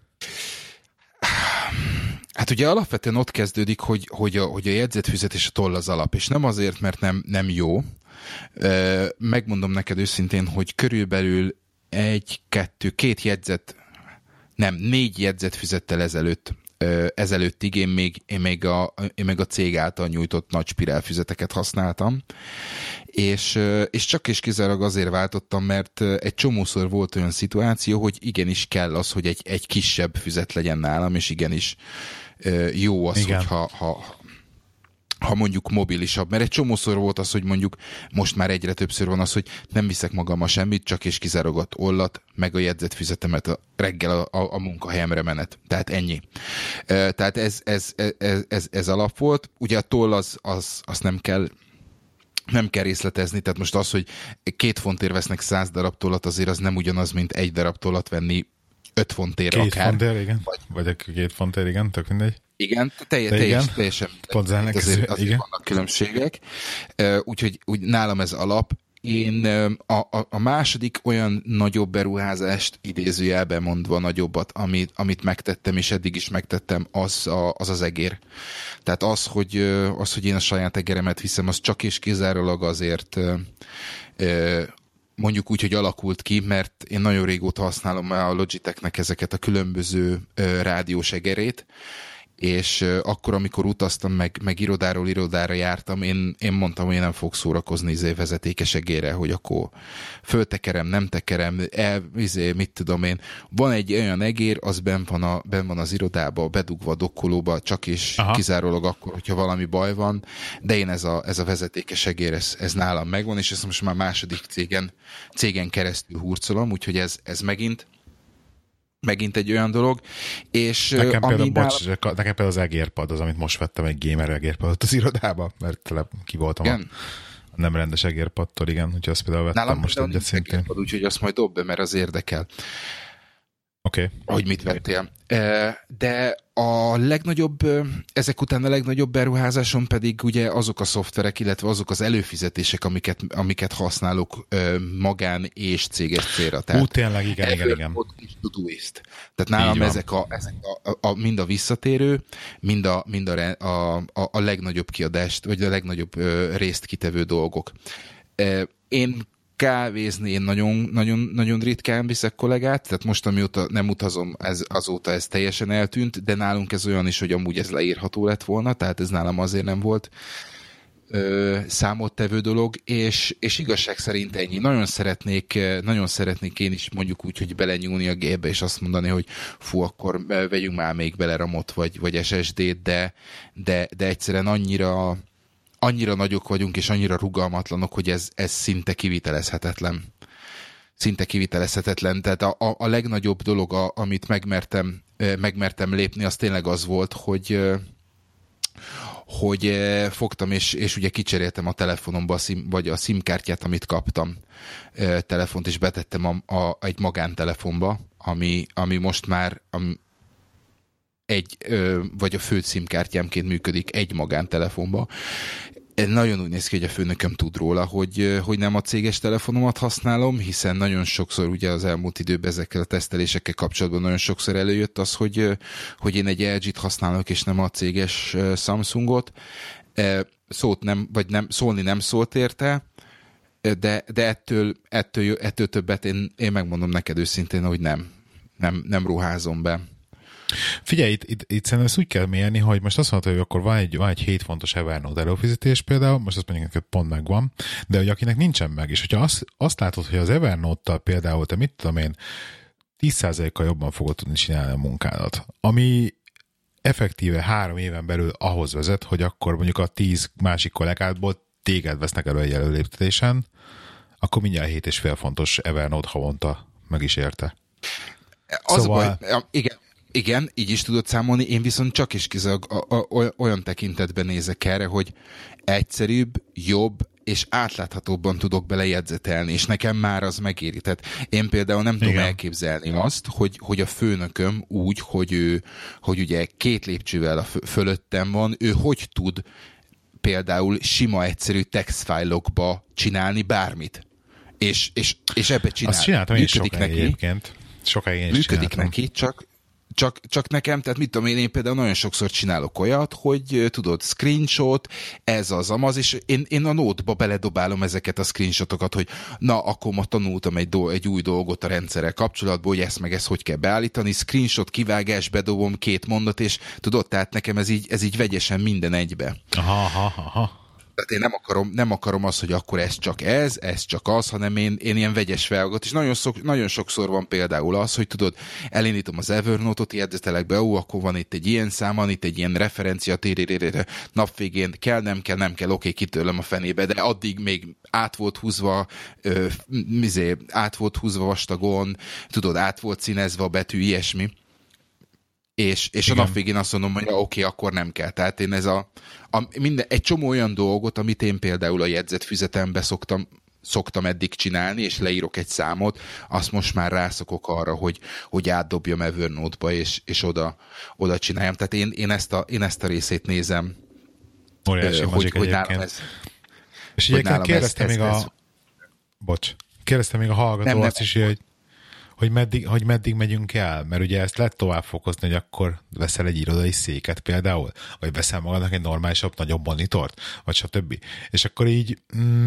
Hát ugye alapvetően ott kezdődik, hogy, hogy, a, hogy a jegyzetfüzet és a toll az alap, és nem azért, mert nem, nem jó. Megmondom neked őszintén, hogy körülbelül egy, kettő, két jegyzet, nem, négy jegyzetfüzettel ezelőtt, ezelőttig én még, én, még a, én még a cég által nyújtott nagy spirálfüzeteket használtam, és, és csak és kizárólag azért váltottam, mert egy csomószor volt olyan szituáció, hogy igenis kell az, hogy egy, egy kisebb füzet legyen nálam, és igenis jó az, igen. hogyha ha, ha mondjuk mobilisabb, mert egy csomószor volt az, hogy mondjuk most már egyre többször van az, hogy nem viszek magammal semmit, csak és kizárólag ollat, meg a jegyzetfüzetemet a reggel a, a, a munkahelyemre menet. Tehát ennyi. Tehát ez, ez, ez, ez, ez alap volt. Ugye a toll az, az, az nem kell nem kell részletezni, tehát most az, hogy két fontért vesznek száz darab tollat, azért az nem ugyanaz, mint egy darab tollat venni öt fontért két akár. Fontért, igen. Vagy, vagy két fontért, igen, tök mindegy. Igen, teljes, teljes, teljesen. Azért, azért igen. Vannak különbségek. Úgyhogy úgy nálam ez alap. Én a, a, a második olyan nagyobb beruházást, idézőjelben mondva nagyobbat, amit, amit megtettem, és eddig is megtettem, az, a, az az egér. Tehát az hogy, az, hogy én a saját egeremet viszem, az csak és kizárólag azért mondjuk úgy, hogy alakult ki, mert én nagyon régóta használom a Logitechnek ezeket a különböző rádiós egerét, és akkor, amikor utaztam, meg, meg irodáról irodára jártam, én, én mondtam, hogy én nem fogok szórakozni izé vezetékes egérre, hogy akkor föltekerem, nem tekerem, el, izé, mit tudom én. Van egy olyan egér, az benn van, a, benn van az irodába, bedugva a dokkolóba, csak és aha. kizárólag akkor, hogyha valami baj van, de én ez a, ez a vezetékes egér, ez, ez nálam megvan, és ezt most már második cégen, cégen keresztül hurcolom, úgyhogy ez, ez megint megint egy olyan dolog, és nekem például, nála... bocs, nekem például az egérpad, az, amit most vettem, egy gamer egérpadot az irodába, mert tele ki voltam igen. a nem rendes egérpadtól, igen, úgyhogy azt például vettem nálam most egyet szintén. Egérpad, úgyhogy azt majd dob be, mert az érdekel. Oké. Okay. Hogy mit vettél. De a legnagyobb, ezek után a legnagyobb beruházásom pedig ugye azok a szoftverek, illetve azok az előfizetések, amiket, amiket használok magán és céges célra. Tehát Ú, tényleg, igen, igen, igen. Todoist. Tehát nálam ezek, a, ezek a, a, a, mind a visszatérő, mind, a, mind a, a, a, a legnagyobb kiadást, vagy a legnagyobb részt kitevő dolgok. Én kávézni én nagyon, nagyon, nagyon ritkán viszek kollégát, tehát most amióta nem utazom, ez, azóta ez teljesen eltűnt, de nálunk ez olyan is, hogy amúgy ez leírható lett volna, tehát ez nálam azért nem volt ö, számottevő dolog, és, és igazság szerint ennyi. Nagyon szeretnék, nagyon szeretnék én is mondjuk úgy, hogy belenyúlni a gépbe, és azt mondani, hogy fú, akkor vegyünk már még bele ramot, vagy, vagy es es dét, de, de, de egyszerűen annyira annyira nagyok vagyunk, és annyira rugalmatlanok, hogy ez, ez szinte kivitelezhetetlen. Szinte kivitelezhetetlen. Tehát a, a, a legnagyobb dolog, a, amit megmertem, megmertem lépni, az tényleg az volt, hogy, hogy fogtam, és, és ugye kicseréltem a telefonomba, a SIM, vagy a SIM-kártyát, amit kaptam telefont, és betettem a, a, egy magántelefonba, ami, ami most már ami, egy, vagy a fő SIM-kártyámként működik egy magántelefonba. Nagyon úgy néz ki, hogy a főnököm tud róla, hogy, hogy nem a céges telefonomat használom, hiszen nagyon sokszor ugye az elmúlt időben ezekkel a tesztelésekkel kapcsolatban nagyon sokszor előjött az, hogy, hogy én egy el gét használok, és nem a céges Samsungot. Szót nem, vagy nem, szólni nem szólt érte, de, de ettől, ettől, ettől többet én, én megmondom neked őszintén, hogy nem. Nem, nem ruházom be. Figyelj, itt, itt, itt szerintem ezt úgy kell mérni, hogy most azt mondod, hogy akkor van egy, van egy hét fontos Evernote előfizetés például, most azt mondjuk, hogy pont megvan, de hogy akinek nincsen meg, és hogyha azt, azt látod, hogy az Evernote-tal például, te mit tudom én, tíz százalékkal jobban fogod tudni csinálni a munkádat, ami effektíve három éven belül ahhoz vezet, hogy akkor mondjuk a tíz másik kollégádból téged vesznek elő egy előléptetésen, akkor mindjárt hét és fél fontos Evernote havonta meg is érte. Az szóval... a baj, igen, igen, így is tudod számolni, én viszont csak is kizárólag olyan tekintetben nézek erre, hogy egyszerűbb, jobb és átláthatóbban tudok belejegyzetelni, és nekem már az megéri. Tehát én például nem igen. tudom elképzelni azt, hogy, hogy a főnököm úgy, hogy ő, hogy ugye két lépcsővel a fölöttem van, ő hogy tud például sima, egyszerű textfájlokba csinálni bármit. És, és, és ebbe csinál. Azt csináltam én sokáig egyébként. Sokáig én is működik csináltam. neki, csak Csak, csak nekem, tehát mit tudom én, én például nagyon sokszor csinálok olyat, hogy tudod, screenshot, ez az amaz, és én, én a nótba beledobálom ezeket a screenshotokat, hogy na, akkor ma tanultam egy, do, egy új dolgot a rendszerrel kapcsolatban, hogy ezt meg ezt hogy kell beállítani, screenshot, kivágás, bedobom két mondat, és tudod, tehát nekem ez így, ez így vegyesen minden egybe. Aha, aha, aha. Tehát én nem akarom, nem akarom azt, hogy akkor ez csak ez, ez csak az, hanem én, én ilyen vegyes felgatot, és nagyon, szok, nagyon sokszor van például az, hogy tudod, elindítom az Evernote-ot, jegyzetelek be, ó, akkor van itt egy ilyen szám, van itt egy ilyen referencia, térérére, napvégén kell, nem kell, nem kell, oké, kitőlem a fenébe, de addig még át volt húzva, ö, mizé, át volt húzva vastagon, tudod, át volt színezve a betű, ilyesmi. És, és a nap végén azt mondom, hogy ja, oké, akkor nem kell. Tehát én ez a, a minden, egy csomó olyan dolgot, amit én például a jegyzetfüzetembe szoktam, szoktam eddig csinálni, és leírok egy számot, azt most már rászokok arra, hogy, hogy átdobjam Evernote-ba, és, és oda, oda csináljam. Tehát én, én, ezt a, én ezt a részét nézem, Óriási hogy, hogy, hogy nálam ez... És egyébként kérdeztem még a... Ez... Bocs. Kérdeztem még a hallgató nem, azt nem, is, hogy hogy meddig, hogy meddig megyünk el, mert ugye ezt lehet tovább fokozni, hogy akkor veszel egy irodai széket például, vagy veszel magadnak egy normálisabb, nagyobb monitort, vagy stb. És akkor így,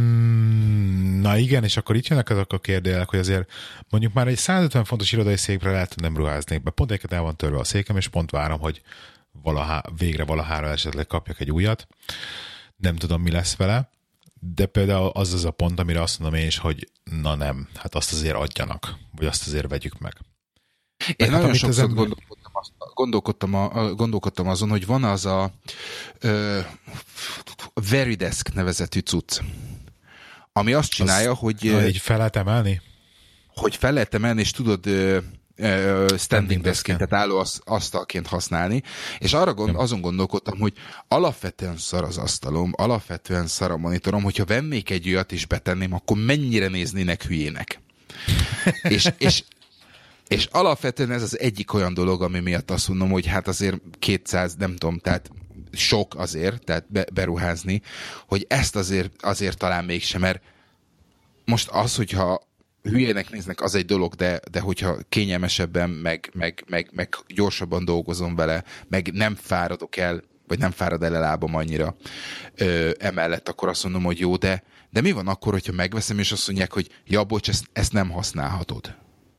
mm, na igen, és akkor itt jönnek azok a kérdőjelek, hogy azért mondjuk már egy száz ötven fontos irodai székre lehet, hogy nem ruháznék be. Pont egyébként el van törve a székem, és pont várom, hogy valahá, végre valahára esetleg kapjak egy újat. Nem tudom, mi lesz vele. De például az az a pont, amire azt mondom én is, hogy na nem, hát azt azért adjanak, vagy azt azért vegyük meg. Én meg nagyon hát, sokszor ember... gondolkodtam, azt, gondolkodtam, a, gondolkodtam azon, hogy van az a ö, Veridesk nevezetű cucc, ami azt csinálja, azt, hogy... Így fel lehet emelni? Hogy fel lehet emelni, és tudod... Ö, standing deskként, tehát álló asztalként használni, és arra gond, azon gondolkodtam, hogy alapvetően szar az asztalom, alapvetően szar a monitorom, hogyha vennék egy olyat és betenném, akkor mennyire néznének hülyének. és, és, és alapvetően ez az egyik olyan dolog, ami miatt azt mondom, hogy hát azért kétszáz, nem tudom, tehát sok azért, tehát be, beruházni, hogy ezt azért, azért talán mégsem, mert most az, hogyha hülyének néznek, az egy dolog, de, de hogyha kényelmesebben, meg, meg, meg, meg gyorsabban dolgozom vele, meg nem fáradok el, vagy nem fárad el a lábam annyira ö, emellett, akkor azt mondom, hogy jó, de, de mi van akkor, hogyha megveszem, és azt mondják, hogy ja, bocs, ezt, ezt nem használhatod.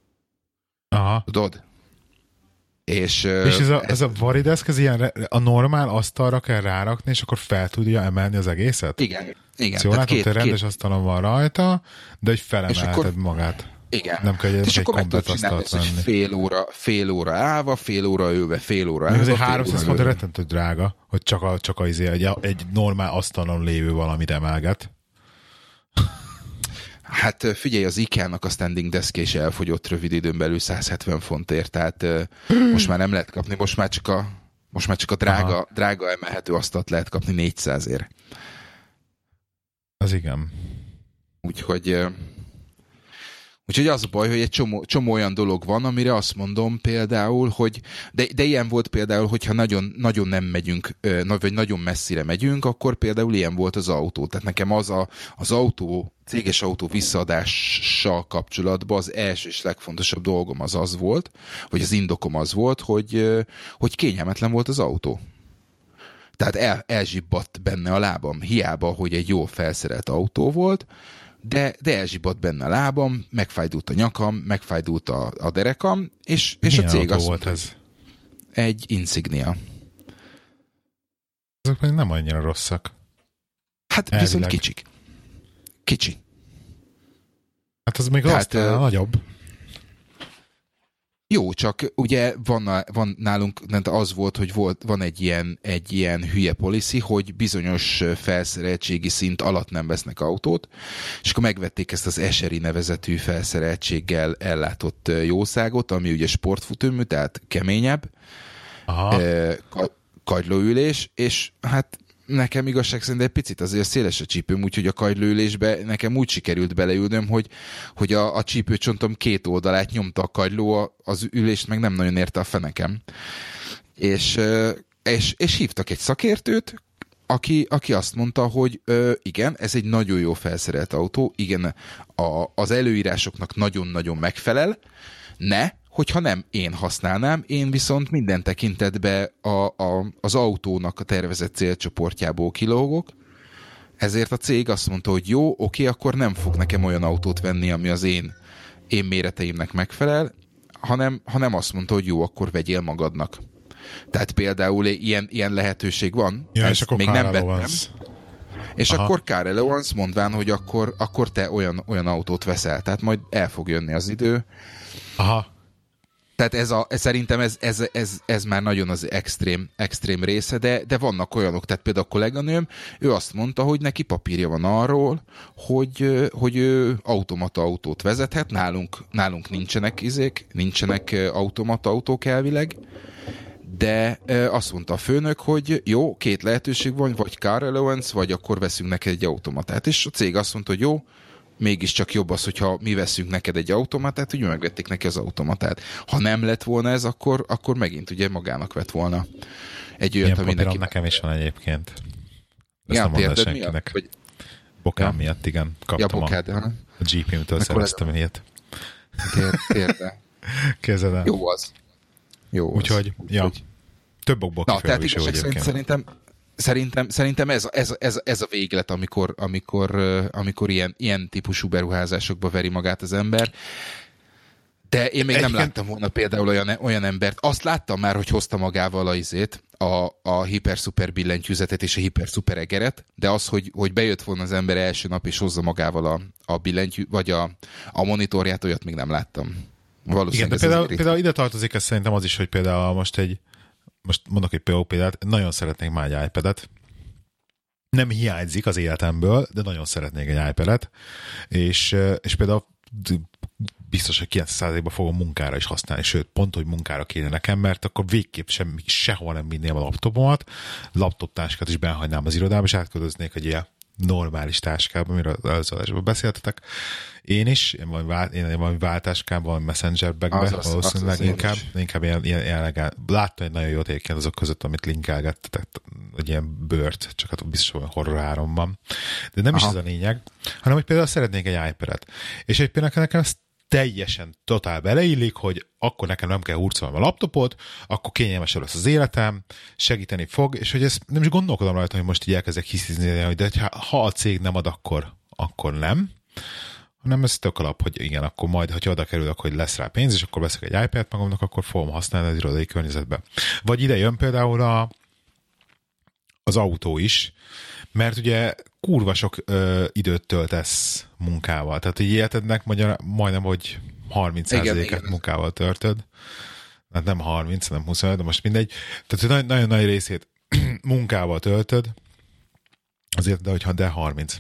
Aha. Tudod? És, és ez, a, ez, ez a Varidesk, ez ilyen a normál asztalra kell rárakni, és akkor fel tudja emelni az egészet? Igen. Igen. Szóval látom, hogy rendes két... asztalon van rajta, de hogy felemelted akkor... magát. Igen. Nem kell egy, egy komplet asztalt venni. Fél óra, fél óra állva, fél óra ülve, fél óra állva. Ez egy háromszáz font rettentő drága, hogy csak, a, csak a, egy, egy normál asztalon lévő valamit emelget. Hát figyelj, az IKEA-nak a standing desk is elfogyott rövid időn belül száz hetven fontért, tehát most már nem lehet kapni, most már csak a, most már csak a drága, drága emelhető asztalt lehet kapni négyszázért. Az igen. Úgyhogy, úgyhogy az a baj, hogy egy csomó, csomó olyan dolog van, amire azt mondom például, hogy de, de ilyen volt például, hogyha nagyon, nagyon nem megyünk, vagy nagyon messzire megyünk, akkor például ilyen volt az autó. Tehát nekem az a, az autó, céges autó visszaadással kapcsolatban az első és legfontosabb dolgom az az volt, vagy az indokom az volt, hogy, hogy kényelmetlen volt az autó. Tehát el, elzsibbadt benne a lábam. Hiába, hogy egy jól felszerelt autó volt, de, de elzsibbadt benne a lábam, megfájdult a nyakam, megfájdult a, a derekam, és, és a cég azt volt ez? egy Insignia. Azok pedig nem annyira rosszak. Hát Elvileg. Viszont kicsik. Kicsi. Hát az még hát, aztán uh, nagyobb. Jó, csak ugye van, van nálunk, az volt, hogy volt, van egy ilyen, egy ilyen hülye policy, hogy bizonyos felszereltségi szint alatt nem vesznek autót, és akkor megvették ezt az Eseri nevezetű felszereltséggel ellátott jószágot, ami ugye sportfutómű, tehát keményebb, ka- kagylóülés, és hát nekem igazság szerint egy picit azért széles a csípőm, úgyhogy a kagylóülésbe nekem úgy sikerült beleülnöm, hogy, hogy a, a csípőcsontom két oldalát nyomta a kagyló, az ülést meg nem nagyon érte a fenekem. És, és, és hívtak egy szakértőt, aki, aki azt mondta, hogy ö, igen, ez egy nagyon jó felszerelt autó, igen, a, az előírásoknak nagyon-nagyon megfelel, ne, hogyha nem én használnám, én viszont minden tekintetben a, a, az autónak a tervezett célcsoportjából kilógok, ezért a cég azt mondta, hogy jó, oké, akkor nem fog nekem olyan autót venni, ami az én, én méreteimnek megfelel, hanem, hanem azt mondta, hogy jó, akkor vegyél magadnak. Tehát például ilyen, ilyen lehetőség van, ja, és akkor még nem vettem. És Aha. akkor car allowance mondván, hogy akkor, akkor te olyan, olyan autót veszel, tehát majd el fog jönni az idő. Aha. Tehát ez a, szerintem ez, ez, ez, ez már nagyon az extrém, extrém része, de, de vannak olyanok, tehát például a kolléganőm, ő azt mondta, hogy neki papírja van arról, hogy, hogy ő automata autót vezethet, nálunk, nálunk nincsenek izék, nincsenek automata autók elvileg, de azt mondta a főnök, hogy jó, két lehetőség van, vagy car allowance, vagy akkor veszünk neked egy automatát, és a cég azt mondta, hogy jó, mégiscsak jobb az, hogyha mi veszünk neked egy automatát, ugye megvették neki az automatát. Ha nem lett volna ez, akkor, akkor megint ugye magának vett volna egy olyat, ami neki... nekem is van egyébként. Ezt ja, nem mondta senkinek. Miatt, vagy... Bokám ja. miatt, igen. Kaptam ja, bokád, a, a gé pé-mtől szereztem ez... ilyet. Térde. Kezedem. Jó az. Jó Úgyhogy, az. ja. Úgy. Több okból kifejező is jó egyébként. Szerintem Szerintem, szerintem ez, ez, ez, ez a véglet, amikor, amikor, amikor ilyen, ilyen típusú beruházásokba veri magát az ember. De én még Egyébként... nem láttam volna például olyan, olyan embert. Azt láttam már, hogy hozta magával a izét, a, a hiper-szuper billentyűzetet és a hiper-szuper egeret, de az, hogy, hogy bejött volna az ember első nap és hozza magával a, a billentyű, vagy a, a monitorját, olyat még nem láttam. Igen, de például, például ide tartozik ez szerintem az is, hogy például most egy most mondok egy példát, nagyon szeretnék már egy iPad-et. Nem hiányzik az életemből, de nagyon szeretnék egy iPad-et, és, és például biztos, hogy kilencven százalékban fogom munkára is használni, sőt, pont, hogy munkára kéne nekem, mert akkor végképp semmi, sehol nem vinném a laptopomat, laptoptáskát is benhagynám az irodába, és átköltöznék egy ilyen normális táskába, amiről az előző adásban beszéltetek. Én is, én valami, vált, én valami váltáskában, valami messenger bagbe, valószínűleg az inkább, inkább ilyen, ilyen, ilyen láttam egy nagyon jót egyébként azok között, amit linkelgettetek, egy ilyen bőrt, csak hát biztos olyan horror három van. De nem Aha. is ez a lényeg, hanem hogy például szeretnék egy iPad-et. És egy például nekem ez teljesen totál beleillik, hogy akkor nekem nem kell hurcolnom a laptopot, akkor kényelmesebb lesz az életem, segíteni fog, és hogy ezt nem is gondolkodom rajta, hogy most így elkezdek hiszizni, hogy de ha a cég nem ad, akkor, akkor nem, hanem ez tök alap, hogy igen, akkor majd, ha oda kerül, akkor lesz rá pénz, és akkor veszek egy iPad magamnak, akkor fogom használni az irodai környezetbe. Vagy ide jön például a, az autó is, mert ugye kurva sok ö, időt töltesz munkával. Tehát egy életednek magyar, majdnem, hogy harminc százalékát munkával töltöd. Hát nem harminc, nem huszonöt, de most mindegy. Tehát nagyon, nagyon nagy részét munkával töltöd, azért, de hogyha de harminc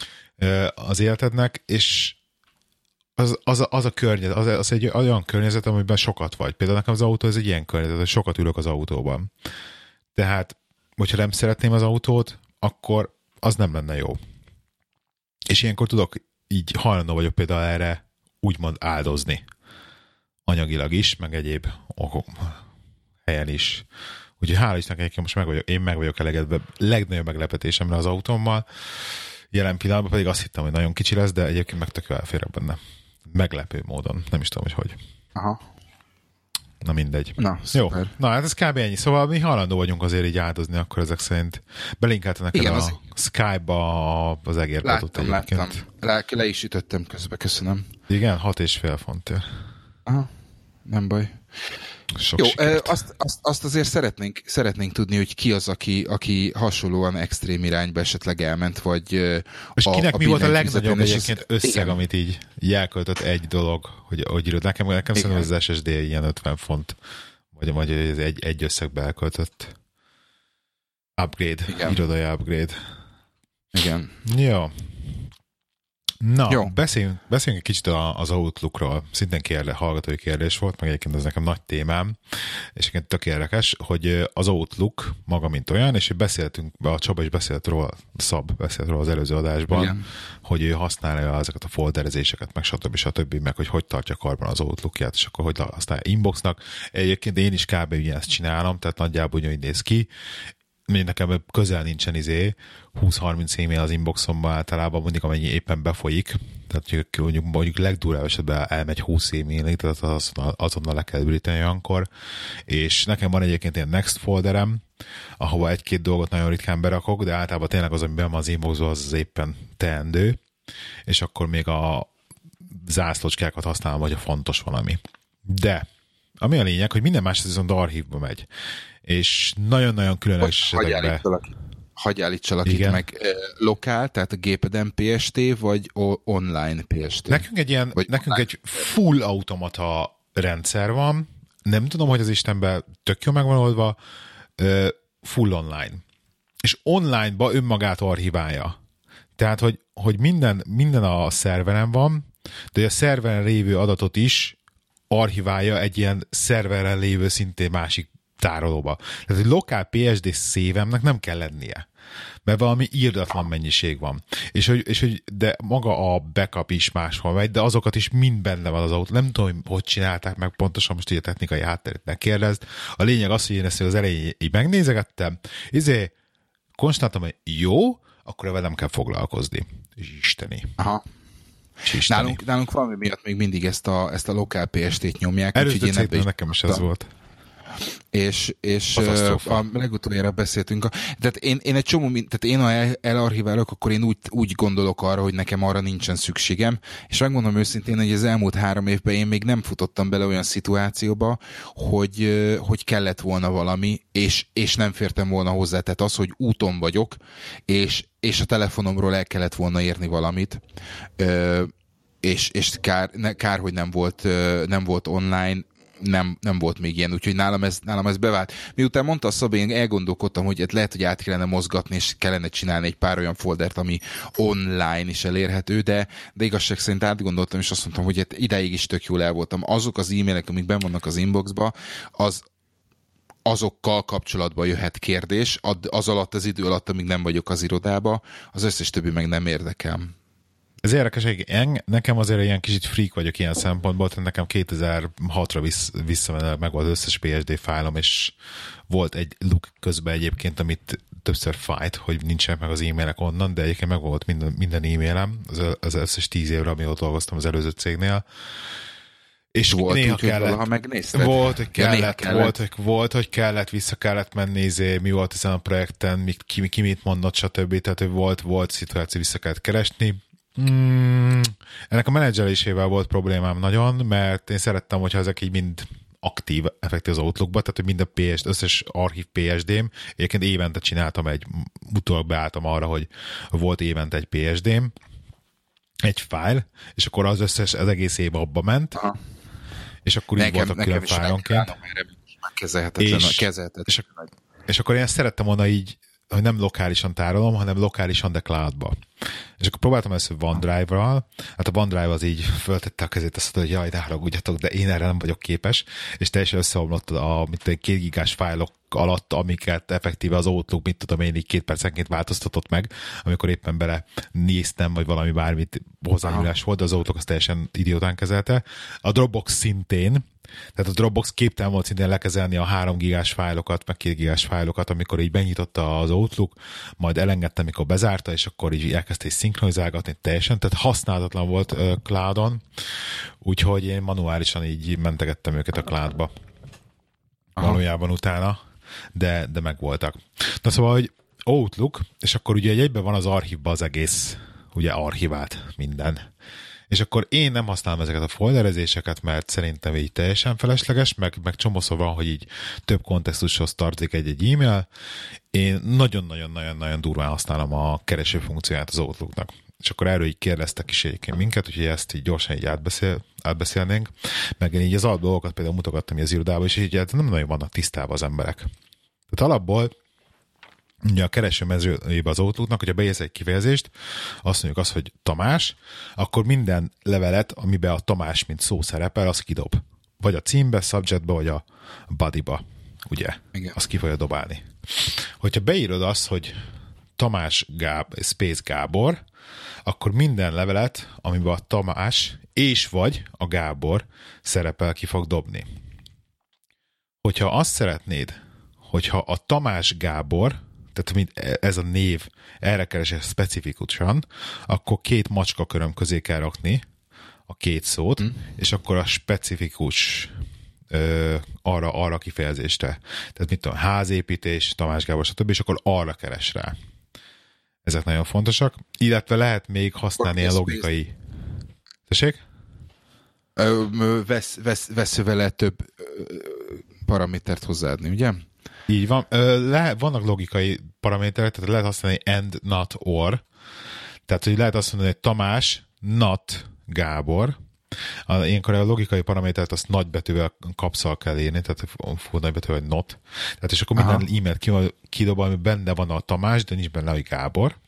az életednek, és az, az, a, az a környezet, az, az egy olyan környezet, amiben sokat vagy. Például nekem az autó, ez egy ilyen környezet, hogy sokat ülök az autóban. Tehát, hogyha nem szeretném az autót, akkor az nem lenne jó. És ilyenkor tudok, így hajlandó vagyok például erre úgymond áldozni. Anyagilag is, meg egyéb okok, helyen is. Úgyhogy hála Istennek egyébként most meg vagyok, én meg vagyok elegedve legnagyobb meglepetésemre az autómmal. Jelen pillanatban pedig azt hittem, hogy nagyon kicsi lesz, de egyébként meg tök elférek benne. Meglepő módon. Nem is tudom, hogy hogy. Aha. Na mindegy. Na, jó. Na, hát ez kb. Ennyi. Szóval mi hajlandó vagyunk azért így áldozni, akkor ezek szerint. Belinkeltem neked igen, a az... Skype-ba az egérpadot egyébként. Láttam, le, le is ütöttem közbe, köszönöm. Igen, hat és fél fontért. Aha, nem baj. Sok Jó, sikert. azt, azt, azt azért szeretnénk, szeretnénk tudni, hogy ki az, aki, aki hasonlóan extrém irányba esetleg elment, vagy és a, kinek a mi volt a billentyűzeten, legnagyobb és egyébként az- összeg, igen. amit így, így elköltött egy dolog, hogy, hogy írod. Nekem, nekem szerintem az es es dé ilyen ötven font, vagy, vagy ez egy, egy összegbe elköltött. Upgrade, Igen. irodai upgrade. Igen. Jó. Na, Jó. beszéljünk, beszéljünk egy kicsit a- az Outlookról. Szintén kérde, hallgatói kérdés volt, meg egyébként ez nekem nagy témám, és egyébként tök érdekes, hogy az Outlook maga, mint olyan, és hogy beszéltünk, a Csaba is beszélt róla, Szab beszélt róla az előző adásban, Igen. hogy ő használja ezeket a folderezéseket, meg stb. stb., meg hogy hogy tartja karban az Outlookját, és akkor hogy használja inboxnak. Egyébként én is kb. Ugyanezt csinálom, tehát nagyjából úgy néz ki. Még nekem közel nincsen izé, húsz-harminc e-mail az inboxomban általában, mondjuk amennyi éppen befolyik, tehát mondjuk, mondjuk legdurább esetben elmegy húsz e-mailig, tehát azonnal, azonnal le kell üríteni olyankor, és nekem van egyébként ilyen next folderem, ahova egy-két dolgot nagyon ritkán berakok, de általában tényleg az, ami benn van az inboxban, az, az éppen teendő, és akkor még a zászlócskákat használom, vagy a fontos valami. De ami a lényeg, hogy minden más az viszont archívba megy. És nagyon-nagyon különleges Hagyj esetekben. állítsalak, hagyj állítsalak itt Igen. meg eh, lokál, tehát a gépeden pé es té, vagy o- online pé es té? Nekünk egy ilyen, Vagy nekünk online. egy full automata rendszer van, nem tudom, hogy az Istenben tök jó meg van oldva, ö, full online. És online-ba önmagát archiválja. Tehát, hogy, hogy minden, minden a szerveren van, de hogy a szerveren lévő adatot is archiválja egy ilyen szerveren lévő szintén másik tárolóba. Tehát, hogy lokál pé es dé szévemnek nem kell lennie. Mert valami írdatlan mennyiség van. És hogy, és hogy de maga a backup is máshol megy, de azokat is mind benne van az autó. Nem tudom, hogy hogy csinálták meg pontosan, most ugye a technikai hátterét ne kérdezd. A lényeg az, hogy én ezt az elején így megnézegettem, izé, konstatáltam, hogy jó, akkor velem kell foglalkozni. És isteni. Aha. És isteni. Nálunk, nálunk valami miatt még mindig ezt a, ezt a lokál pé es té-t nyomják. Először úgyhogy én ebbe szépen nekem is ez tudtam. volt. És, és Katasztrófa. a legutoljára beszéltünk. A, tehát én, én egy csomó, mint- tehát én ha el, elarchiválok, akkor én úgy, úgy gondolok arra, hogy nekem arra nincsen szükségem, és megmondom őszintén, hogy az elmúlt három évben én még nem futottam bele olyan szituációba, hogy, ö, hogy kellett volna valami, és, és nem fértem volna hozzá. Tehát az, hogy úton vagyok, és, és a telefonomról el kellett volna érni valamit, ö, és, és kár, ne, kár, hogy nem volt, ö, nem volt online, nem, nem volt még ilyen, úgyhogy nálam ez, nálam ez bevált. Miután mondta a Szabi, én elgondolkodtam, hogy hát lehet, hogy át kellene mozgatni, és kellene csinálni egy pár olyan foldert, ami online is elérhető, de, de igazság szerint átgondoltam, és azt mondtam, hogy hát ideig is tök jól el voltam. Azok az e-mailek, amik benn vannak az inboxba, az azokkal kapcsolatban jöhet kérdés, az alatt, az idő alatt, amíg nem vagyok az irodába, az összes többi meg nem érdekel. Ez érdekes, hogy en- nekem azért ilyen kicsit freak vagyok ilyen szempontból, tehát nekem kétezer-hatra vissz, visszamenőleg meg volt az összes pé es dé fájlom, és volt egy look közben egyébként, amit többször fájt, hogy nincsenek meg az e-mailek onnan, de egyébként meg volt minden, minden e-mailem, az, az összes tíz évre, amióta dolgoztam az előző cégnél. És volt néha úgy, hogy kellett, valaha megnézted? volt, hogy Ja, néha kellett, kellett. volt, hogy, volt, hogy kellett, vissza kellett menni, izé, mi volt ezen a projekten, mi, ki, ki mit mondott, stb. Tehát, hogy volt, volt szituáció, vissza kellett keresni. Mm, ennek a menedzselésével volt problémám nagyon, mert én szerettem, hogyha ezek így mind aktív, effektív az Outlookba, tehát hogy minden pé es, összes archív pé es dém, egyébként évente csináltam egy, utólag beálltam arra, hogy volt évente egy pé es dém, egy fájl, és akkor az összes, az egész év abba ment, Aha. és akkor így Nekem, voltak külön nekem is fájlonként. megkálom, erre már kezelhetetlen, És- kezelhetetlen. és, és akkor én ezt szerettem volna így, hogy nem lokálisan tárolom, hanem lokálisan, de cloudba. És akkor próbáltam először OneDrive-ral, hát a OneDrive az így föltette a kezét, azt mondta, hogy jaj, de haragudjatok, de én erre nem vagyok képes, és teljesen összeomlott a, a mint egy két gigás fájlok alatt, amiket effektíve az Outlook, mit tudom én, így két percenként változtatott meg, amikor éppen bele néztem, vagy valami bármit hozzányúlás volt, de az Outlook azt teljesen idiótán kezelte. A Dropbox szintén, tehát a Dropbox képtelen volt szintén lekezelni a három gigás fájlokat, meg két gigás fájlokat, amikor így benyitotta az Outlook, majd elengedte, amikor bezárta, és akkor így elkezdte szinkronizálgatni teljesen, tehát használhatatlan volt uh, cloudon, úgyhogy én manuálisan így mentegettem őket a cloudba. Aha. Valójában utána, de, de megvoltak. Na szóval, hogy Outlook, és akkor ugye egyben van az archívban az egész, ugye archivált minden. és akkor én nem használom ezeket a folderezéseket, mert szerintem így teljesen felesleges, meg, meg csomószor van, hogy így több kontextushoz tartozik egy-egy e-mail. Én nagyon-nagyon-nagyon-nagyon durván használom a kereső funkcióját az Outlooknak. És akkor erről így kérdeztek is egyébként minket, úgyhogy ezt így gyorsan így átbeszél, átbeszélnénk. Meg én így az alapdolgokat például mutogattam az irodában, és így nem nagyon vannak tisztában az emberek. Tehát alapból ugye a kereső mezőjébe az Outlooknak, hogyha beírsz egy kifejezést, azt mondjuk azt, hogy Tamás, akkor minden levelet, amiben a Tamás mint szó szerepel, az kidob. Vagy a címbe, subjectbe, vagy a bodyba. Ugye? Igen. Azt ki fogja dobálni. Hogyha beírod azt, hogy Tamás Gáb, Space Gábor, akkor minden levelet, amiben a Tamás és vagy a Gábor szerepel, ki fog dobni. Hogyha azt szeretnéd, hogyha a Tamás Gábor, tehát ez a név erre keresel specifikusan, akkor két macskaköröm közé kell rakni a két szót, mm. és akkor a specifikus ö, arra, arra kifejezésre. Tehát mit tudom, házépítés, Tamás Gábor, stb. És akkor arra keres rá. Ezek nagyon fontosak. Illetve lehet még használni a logikai... Tessék? Vesz, vesz, vesz vele több paramétert hozzáadni, ugye? Így van. Le, vannak logikai paraméterek, tehát lehet használni and, not, or. Tehát, hogy lehet azt mondani, hogy Tamás, not Gábor. Ilyenkor a logikai paramétert azt nagybetűvel kapszal kell írni, tehát fú, nagybetűvel, hogy not. Tehát és akkor minden Aha. e-mailt kidob, ami benne van a Tamás, de nincs benne a Gábor.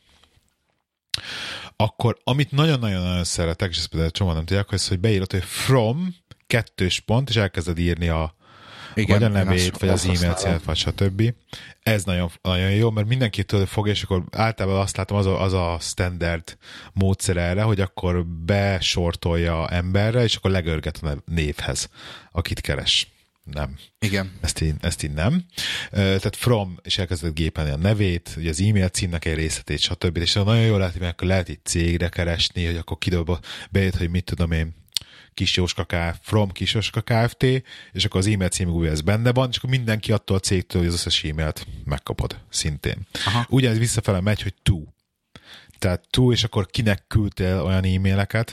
Akkor, amit nagyon-nagyon szeretek, és ezt például csomóan nem tudják, hogy, hogy beírod, hogy from, kettős pont, és elkezded írni a igen, vagy a nevét, vagy az e-mail célt, vagy stb. Ez nagyon, nagyon jó, mert mindenkitől fogja, és akkor általában azt látom, az a, az a standard módszer erre, hogy akkor besortolja emberre, és akkor legörget a névhez, akit keres. Nem. Igen. Ezt így, ezt így nem. Tehát from, és elkezdett gépelni a nevét, ugye az e-mail címnek egy részletét, stb. És nagyon jól látni, mert akkor lehet itt cégre keresni, hogy akkor kidob, bejött, hogy mit tudom én, Kis Jóska Kft, from Kis Jóska Kft, és akkor az e-mail című ez benne van, és akkor mindenki attól a cégtől, hogy az összes e-mailt megkapod szintén. Aha. Ugyanez visszafele megy, hogy to. Tehát to, és akkor kinek küldtél olyan e-maileket.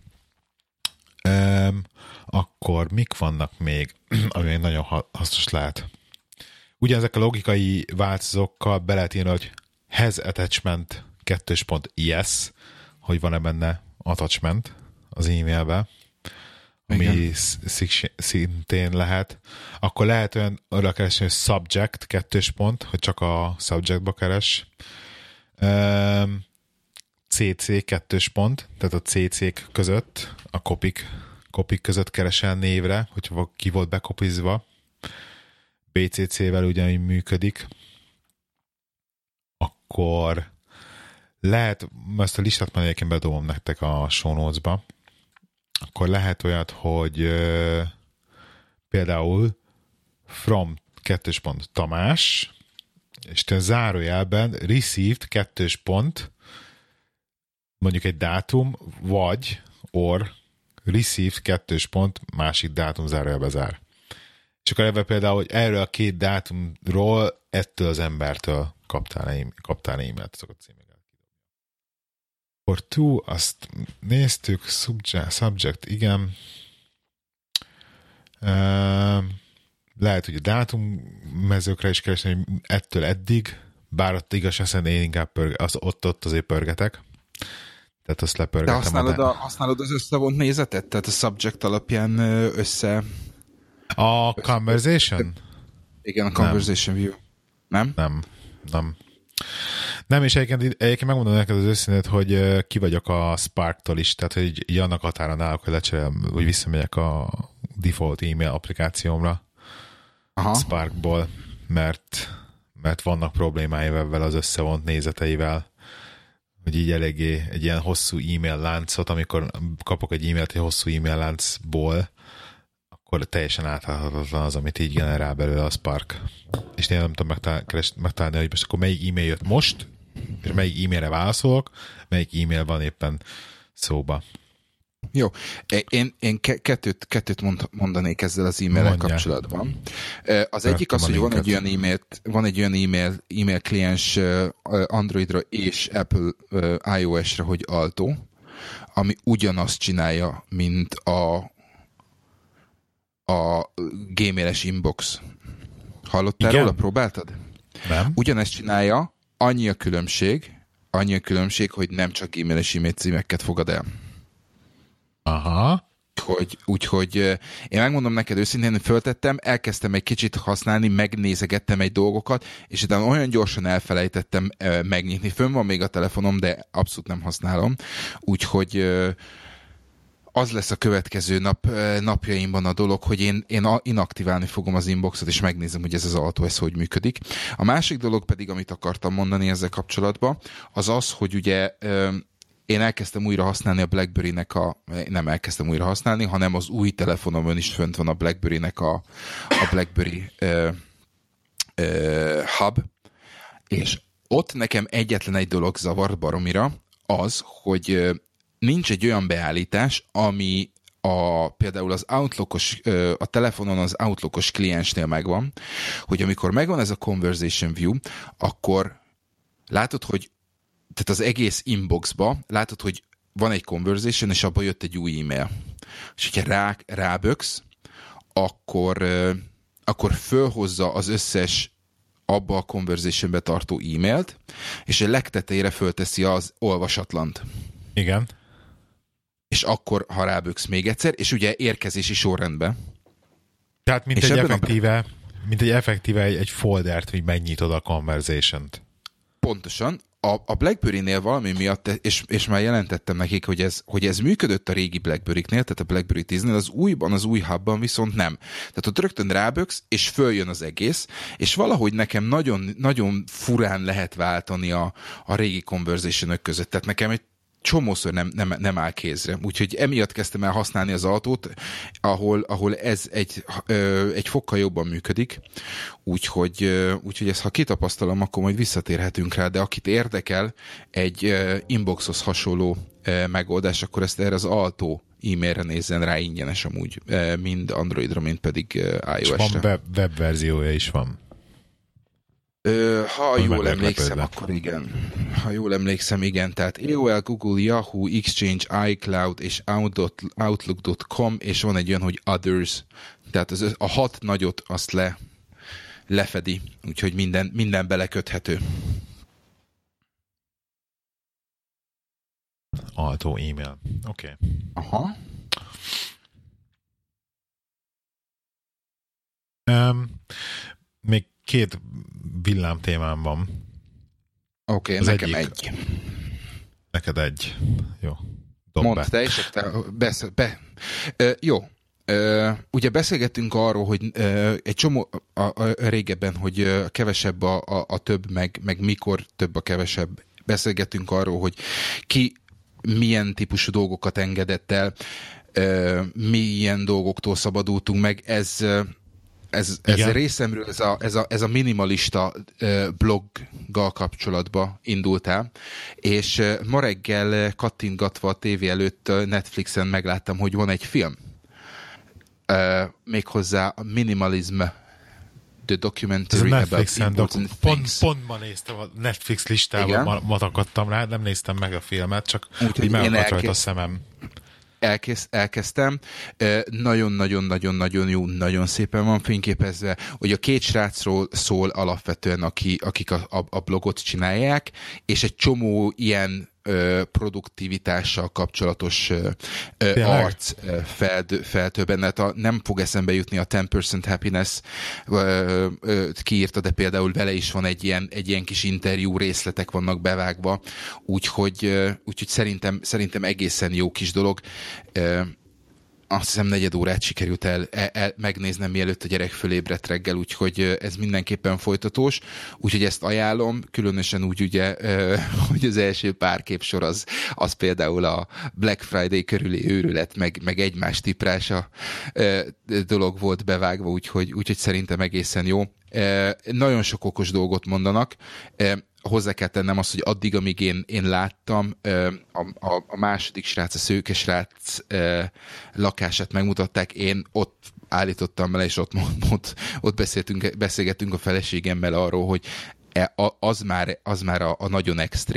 Um, akkor mik vannak még, ami még nagyon hasznos lehet. Ugyanezek a logikai változókkal be lehet írni, hogy has attachment kettős pont yes, hogy van-e benne attachment az e-mailbe, ami igen. szintén lehet. Akkor lehet olyan arra keresni, hogy subject kettős pont, hogy csak a subjectba keres. Um, cé cé kettős pont, tehát a cé cé-k között, a kopik, kopik között keresel névre, hogyha ki volt bekopizva. bé cé cé-vel ugyanúgy működik. Akkor lehet, ezt a listát már egyébként bedobom nektek a show notes-ba, akkor lehet olyat, hogy uh, például from kettős pont Tamás, és te zárójelben received kettős pont, mondjuk egy dátum, vagy or received kettős pont, másik dátum zárójelbe zár. És akkor ebben például, hogy erről a két dátumról ettől az embertől kaptál, e- kaptál e-mailt, azok a címeket. For two, azt néztük, subject, subject igen. Uh, lehet, hogy a dátum mezőkre is keresni, hogy ettől eddig, bár ott igaz, szerint én inkább pörge, az, ott, ott azért pörgetek. Tehát azt lepörgetem. De használod, a, használod az összevont nézetet? Tehát a subject alapján össze... A conversation? Igen, a conversation nem. View. Nem? Nem, nem. Nem, és egyébként, egyébként megmondom neked az őszintét, hogy ki vagyok a Spark-tól is, tehát hogy így annak határon állok, hogy lecserélem, hogy visszamegyek a default e-mail applikációmra Aha. Sparkból, mert, mert vannak problémái vele az összevont nézeteivel, hogy így eléggé egy ilyen hosszú e-mail láncot, amikor kapok egy e-mailt egy hosszú e-mail láncból, akkor teljesen átláthatatlan az, amit így generál belőle a Spark. És én nem tudom megtalálni, megtalálni, hogy most akkor melyik e-mail jött most, és melyik e-mailre válaszolok, melyik e-mail van éppen szóba. Jó. Én, én kettőt, kettőt mondanék ezzel az e-mail-el kapcsolatban. Az egyik az, hogy van egy olyan e-mail, van egy olyan e-mail, e-mail kliens Androidra és Apple iOS-ra, hogy Alto, ami ugyanazt csinálja, mint a, a gmail-es inbox. Hallottál Igen? róla? Próbáltad? Nem. Ugyanezt csinálja, annyi a különbség, annyi a különbség, hogy nem csak e-mailes e-mail címeket fogad el. Aha. Hogy, úgyhogy én megmondom neked őszintén, hogy föltettem, elkezdtem egy kicsit használni, megnézegettem egy dolgokat, és utána olyan gyorsan elfelejtettem megnyitni. Fönn van még a telefonom, de abszolút nem használom. Úgyhogy az lesz a következő nap, napjaimban a dolog, hogy én, én inaktiválni fogom az inboxot, és megnézem, hogy ez az autó, ez hogy működik. A másik dolog pedig, amit akartam mondani ezzel kapcsolatban, az az, hogy ugye én elkezdtem újra használni a BlackBerry-nek a, nem elkezdtem újra használni, hanem az új telefonomon is fönt van a BlackBerry-nek a, a BlackBerry uh, uh, hub, és ott nekem egyetlen egy dolog zavart baromira, az, hogy uh, nincs egy olyan beállítás, ami a, például az Outlook-os, uh, a telefonon az Outlook-os kliensnél megvan, hogy amikor megvan ez a Conversation View, akkor látod, hogy tehát az egész inboxba látod, hogy van egy conversation, és abban jött egy új e-mail. És hogyha rá, ráböksz, akkor, akkor fölhozza az összes abba a conversationbe tartó e-mailt, és a legtetejére fölteszi az olvasatlant. Igen. És akkor, ha ráböksz még egyszer, és ugye érkezési sorrendben. Tehát mint és egy ebben effektíve, a... mint egy effektíve egy, egy foldert, hogy megnyitod a conversation-t. Pontosan. A, a BlackBerry-nél valami miatt, és, és már jelentettem nekik, hogy ez, hogy ez működött a régi BlackBerry-nél, tehát a BlackBerry tíznél, az újban, az új hubban viszont nem. Tehát ott rögtön ráböksz, és följön az egész, és valahogy nekem nagyon, nagyon furán lehet váltani a, a régi conversation-ök között. Tehát nekem egy csomószor nem, nem, nem áll kézre. Úgyhogy emiatt kezdtem el használni az autót, ahol, ahol ez egy, ö, egy fokkal jobban működik. Úgyhogy, ö, úgyhogy ezt ha kitapasztalom, akkor majd visszatérhetünk rá, de akit érdekel egy ö, inboxhoz hasonló ö, megoldás, akkor ezt erre az Alto e-mailre nézzen rá, ingyenes amúgy, ö, mind Androidra, mind pedig ö, iOS-re. És van web, web verziója is van. Ö, ha Hogy jól emlékszem, akkor igen. Ha jól emlékszem, igen. Tehát á o el, Google, Yahoo, Exchange, iCloud és Outlook dot com, és van egy olyan, hogy Others. Tehát az, a hat nagyot azt le, lefedi, úgyhogy minden, minden beleköthető. Alto e-mail. Oké. Okay. Aha. Um, még két villám témám van. Oké, okay, nekem egyik. egy. Neked egy. Jó. Dob Mondd be. te, és te beszél, be. Ö, jó. Ö, ugye beszélgettünk arról, hogy ö, egy csomó a, a, a régebben, hogy ö, kevesebb a, a, a több, meg, meg mikor több a kevesebb. Beszélgettünk arról, hogy ki milyen típusú dolgokat engedett el, ö, milyen dolgoktól szabadultunk meg. Ez... Ö, Ez, ez részemről ez a, ez a, ez a minimalista uh, bloggal kapcsolatba indult el, és uh, ma reggel kattintgatva a tévé előtt uh, Netflixen megláttam, hogy van egy film. Uh, méghozzá a Minimalism, The Documentary About Important doku- pont, pont ma néztem a Netflix listában, ma, ma akadtam rá, nem néztem meg a filmet, csak úgy megakadt rajta a szemem. Elkezd, elkezdtem. Nagyon-nagyon-nagyon-nagyon jó, nagyon szépen van fényképezve, hogy a két srácról szól alapvetően, aki, akik a, a, a blogot csinálják, és egy csomó ilyen ö, produktivitással kapcsolatos ö, ö, arc ö, feld, feltő benne. A, nem fog eszembe jutni a ten percent happiness ö, ö, kiírta, de például vele is van egy ilyen, egy ilyen kis interjú, részletek vannak bevágva, úgyhogy, ö, úgyhogy szerintem, szerintem egészen jó kis dolog. Ö, azt hiszem negyed órát sikerült el, el, el megnéznem, mielőtt a gyerek fölébredt reggel, úgyhogy ez mindenképpen folytatós, úgyhogy ezt ajánlom, különösen úgy ugye, hogy az első pár képsor az, az például a Black Friday körüli őrület, meg, meg egymás tiprása dolog volt bevágva, úgyhogy, úgyhogy szerintem egészen jó. Nagyon sok okos dolgot mondanak, hozzá kell tennem azt, hogy addig, amíg én, én láttam, a, a, a második srác, a szőke srác lakását megmutatták, én ott állítottam bele, és ott, ott, ott beszéltünk, beszélgettünk a feleségemmel arról, hogy az már, az már a, a nagyon extrém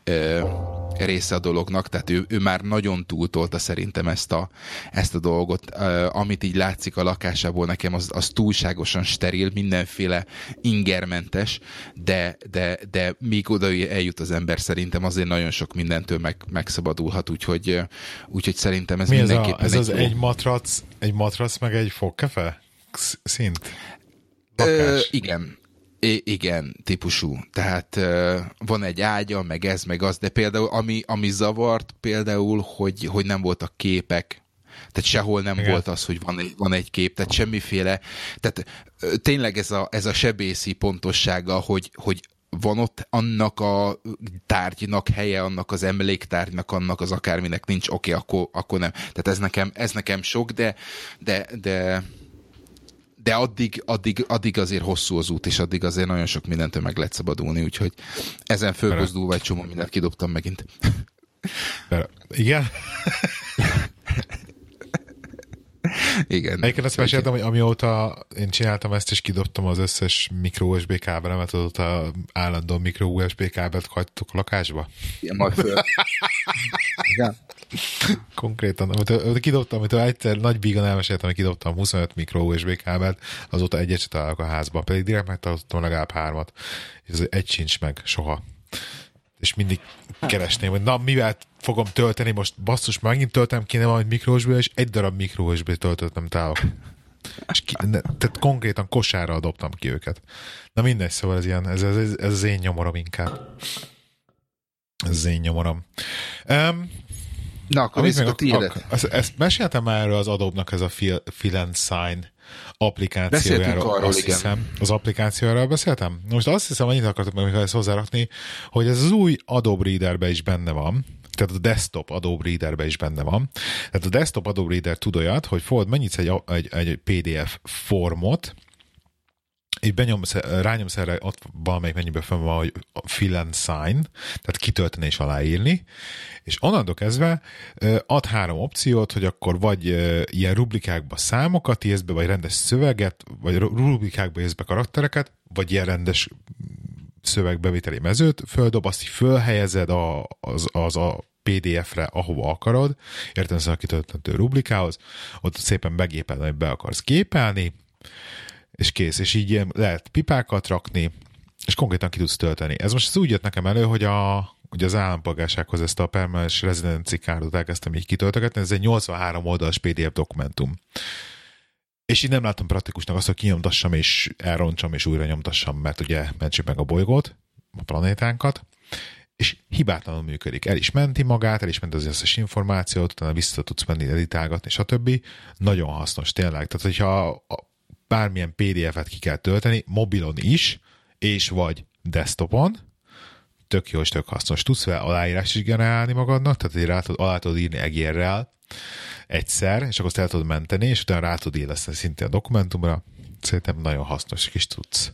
ö, része a dolognak, tehát ő, ő már nagyon túltolta szerintem ezt a, ezt a dolgot. Ö, amit így látszik a lakásából nekem, az, az túlságosan steril, mindenféle ingermentes, de, de, de míg oda eljut az ember, szerintem azért nagyon sok mindentől meg, megszabadulhat, úgyhogy, úgyhogy szerintem ez Mi mindenképpen ez, a, ez egy az jó... egy matrac, egy matrac meg egy fogkefe szint? Ö, igen. I- igen, típusú. Tehát uh, van egy ágya, meg ez, meg az, de például ami, ami zavart például, hogy, hogy nem voltak képek, tehát sehol nem igen. volt az, hogy van egy, van egy kép, tehát semmiféle, tehát uh, tényleg ez a, ez a sebészi pontossága, hogy, hogy van ott annak a tárgynak helye, annak az emléktárgynak, annak az akárminek nincs, oké, okay, akkor, akkor nem. Tehát ez nekem, ez nekem sok, de, de, de de addig, addig, addig azért hosszú az út, és addig azért nagyon sok mindentől meg lehet szabadulni, úgyhogy ezen fölkozdulva egy csomó mindent kidobtam megint. De, igen? Igen. Egyébként azt meséltem, hogy amióta én csináltam ezt, és kidobtam az összes mikro u es bé kábelemet, azóta állandó mikro u es bé kábelt hagytuk a lakásba. Igen, majd föl. Igen. Konkrétan, amit kidobtam, amit egyszer nagy bígan elmeséltem, hogy kidobtam huszonöt mikro u es bé kábelt, azóta egyet se találok a házba, pedig direkt megtartottam legalább hármat, és az egy sincs meg soha. És mindig keresném, hogy na, mivel fogom tölteni, most basszus, megint töltem kéne valamit mikro u es bé-re, és egy darab mikro u es bé töltőt nem találok. És ki, ne, tehát konkrétan kosárral dobtam ki őket. Na mindegy, szóval ez ilyen, ez, ez, ez az én nyomorom inkább. Ez az én nyomorom. Um, Na, akkor nézzük a tiédet. Ezt, ezt meséltem már erről az Adobe-nak ez a Fill, Fill and Sign applikációjáról. Arról, azt igen. hiszem, az applikációjáról beszéltem? Most azt hiszem, annyit akartok meg ezt hozzárakni, hogy ez az új Adobe Readerben is benne van, tehát a desktop Adobe Readerben is benne van. Tehát a desktop Adobe Reader tud olyat, hogy fogod, megnyitsz egy, egy, egy pé dé ef formot, és benyomsz, rányomsz erre, ott valamelyik mennyiben fönn van, hogy fill and sign, tehát kitölteni és aláírni, és onnantól kezdve ad három opciót, hogy akkor vagy ilyen rubrikákba számokat írsz be, vagy rendes szöveget, vagy rubrikákba írsz be karaktereket, vagy ilyen rendes szövegbeviteli mezőt földob, azt így fölhelyezed a, az, az a pé dé ef-re, ahova akarod, értelmesen a kitöltendő rubrikához, ott szépen begépelni, hogy be akarsz gépelni, és kész, és így lehet pipákat rakni, és konkrétan ki tudsz tölteni. Ez most az úgy jött nekem elő, hogy, a, hogy az állampolgársághoz ezt a permanens residency cardot elkezdtem így kitöltögetni, ez egy nyolcvanhárom oldalas pé dé ef dokumentum. És így nem láttam praktikusnak azt, hogy kinyomtassam, és elrontsam, és újra nyomtassam, mert ugye mentsük meg a bolygót, a planétánkat, és hibátlanul működik. El is menti magát, el is menti az összes információt, utána vissza tudsz menni, editálgatni, stb. Nagyon hasznos, tényleg. Tehát, hogyha a bármilyen pé dé ef-et ki kell tölteni, mobilon is, és vagy desktopon, tök jó és tök hasznos. Tudsz vele aláírás is generálni magadnak, tehát hogy rá tudod, alá tudod írni egérrel egyszer, és akkor azt el tudod menteni, és utána rá tudod illeszteni szintén a dokumentumra. Szerintem nagyon hasznos kis tudsz.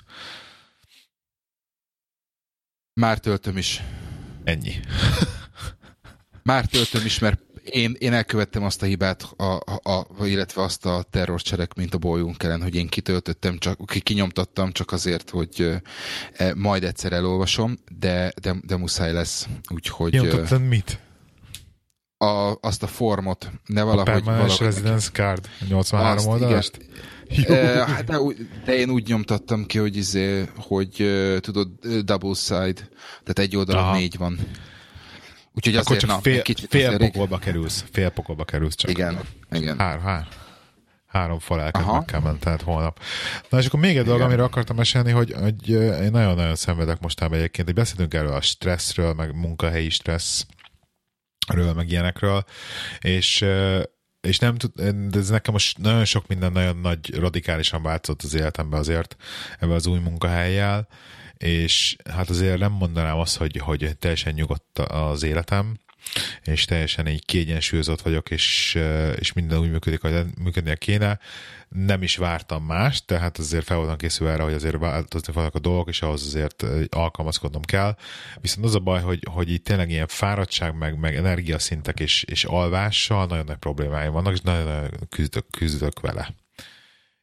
Már töltöm is. Ennyi. Már töltöm is, mert én, én elkövettem azt a hibát, a, a, a, illetve azt a terrorcselek, mint a bolyunkelen, hogy én kitöltöttem, csak, kinyomtattam csak azért, hogy e, majd egyszer elolvasom, de, de, de muszáj lesz. Úgyhogy... Nyomtattad mit? A, azt a formot. Ne valahogy, a permanens valahogy residence card nyolcvanhárom oldalast? E, hát de, de én úgy nyomtattam ki, hogy, izé, hogy tudod, double side, tehát egy oldalon Aha. négy van. Úgyhogy akkor azért, csak na, fél, kicsit fél azért pokolba kerülsz. Fél pokolba kerülsz csak. Igen, igen. Hár, hár. Három falelket meg kell menni, tehát holnap. Na és akkor még egy dolog, amire akartam mesélni, hogy, hogy én nagyon-nagyon szenvedek mostában egyébként, hogy beszélünk erről a stresszről, meg munkahelyi stresszről, meg ilyenekről, és, és nem tud, de ez nekem most nagyon sok minden nagyon nagy, radikálisan változott az életembe azért ebben az új munkahellyel, és hát azért nem mondanám azt, hogy, hogy teljesen nyugodt az életem, és teljesen így kiegyensúlyozott vagyok, és, és minden úgy működik, hogy működnie kéne. Nem is vártam mást, tehát azért fel voltam készülve erre, hogy azért változni vannak a dolgok, és ahhoz azért alkalmazkodnom kell. Viszont az a baj, hogy, hogy itt tényleg ilyen fáradtság, meg, meg energiaszintek és, és alvással nagyon nagy problémáim vannak, és nagyon küzdök, küzdök vele.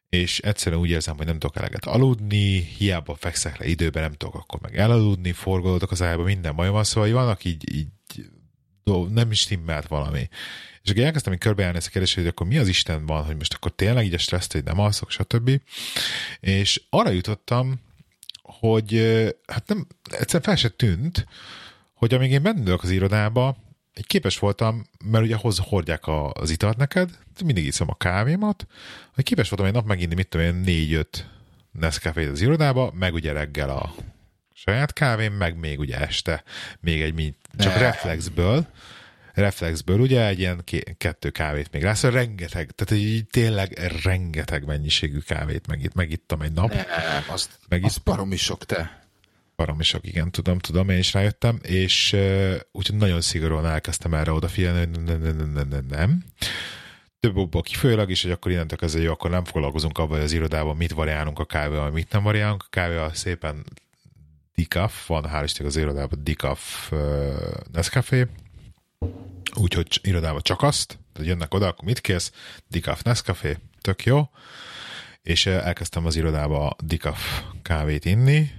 és egyszerűen úgy érzem, hogy nem tudok eleget aludni, hiába fekszek le időben, nem tudok akkor meg elaludni, forgolódok az ágyba, minden bajom van, szóval vannak így, így nem is stimmelt valami. És akkor elkezdtem így körbejárni ezt a kérdést, hogy akkor mi az Isten van, hogy most akkor tényleg így a stresszt, hogy nem alszok, stb. És arra jutottam, hogy hát nem, egyszerűen fel se tűnt, hogy amíg én bennülök az irodába, egy képes voltam, mert ugye hozzá hordják az italt neked, mindig iszom a kávémat, hogy képes voltam egy nap meginni, mit tudom én, négy-öt Nescafét az irodába, meg ugye reggel a saját kávém, meg még ugye este még egy, csak ne. reflexből, reflexből ugye egy ilyen ké- kettő kávét még rá, szóval rengeteg, tehát így tényleg rengeteg mennyiségű kávét megit, megittam egy nap. Nem, azt, megit, azt baromi sok te. Baromi sok, igen, tudom, tudom, én is rájöttem, és uh, úgyhogy nagyon szigorúan elkezdtem erre odafigyelni, hogy nem, nem, nem, nem, nem, nem. Több okból kifolyólag is, hogy akkor innentől kezdve, hogy akkor nem foglalkozunk abban, hogy az irodában mit variálunk a kávéval, mit nem variálunk. A kávéval szépen decaf, van hál' Istennek az irodában decaf uh, Nescafé, úgyhogy irodában csak azt, tehát jönnek oda, akkor mit kérsz? Decaf Nescafé, tök jó. És elkezdtem az irodába decaf kávét inni,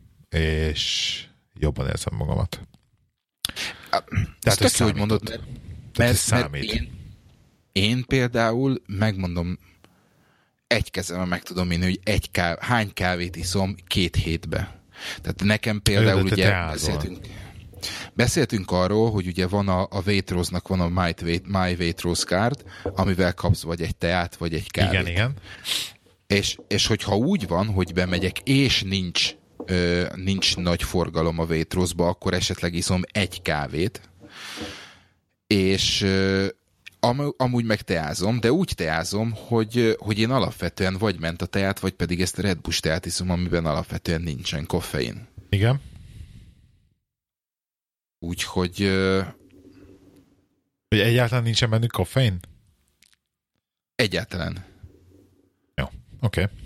és jobban érzem magamat. Tehát, tök jó, hogy mondod, mert, mert, mert én, én például megmondom, egy kezemben meg tudom inni, hogy egy káv, hány kávét iszom két hétbe. Tehát nekem például ugye beszéltünk, beszéltünk arról, hogy ugye van a, a Waitrose-nak van a My, My Waitrose Card, amivel kapsz vagy egy teát, vagy egy kávét. Igen, igen. És, és hogyha úgy van, hogy bemegyek, és nincs Ö, nincs nagy forgalom a Waitrose-ba, akkor esetleg iszom egy kávét, és ö, am, amúgy meg teázom, de úgy teázom, hogy, hogy én alapvetően vagy ment a teát, vagy pedig ezt a Red Bull teát iszom, amiben alapvetően nincsen koffein. Igen. Úgyhogy... Ö, hogy egyáltalán nincsen bennük koffein? Egyáltalán. Jó, oké. Okay.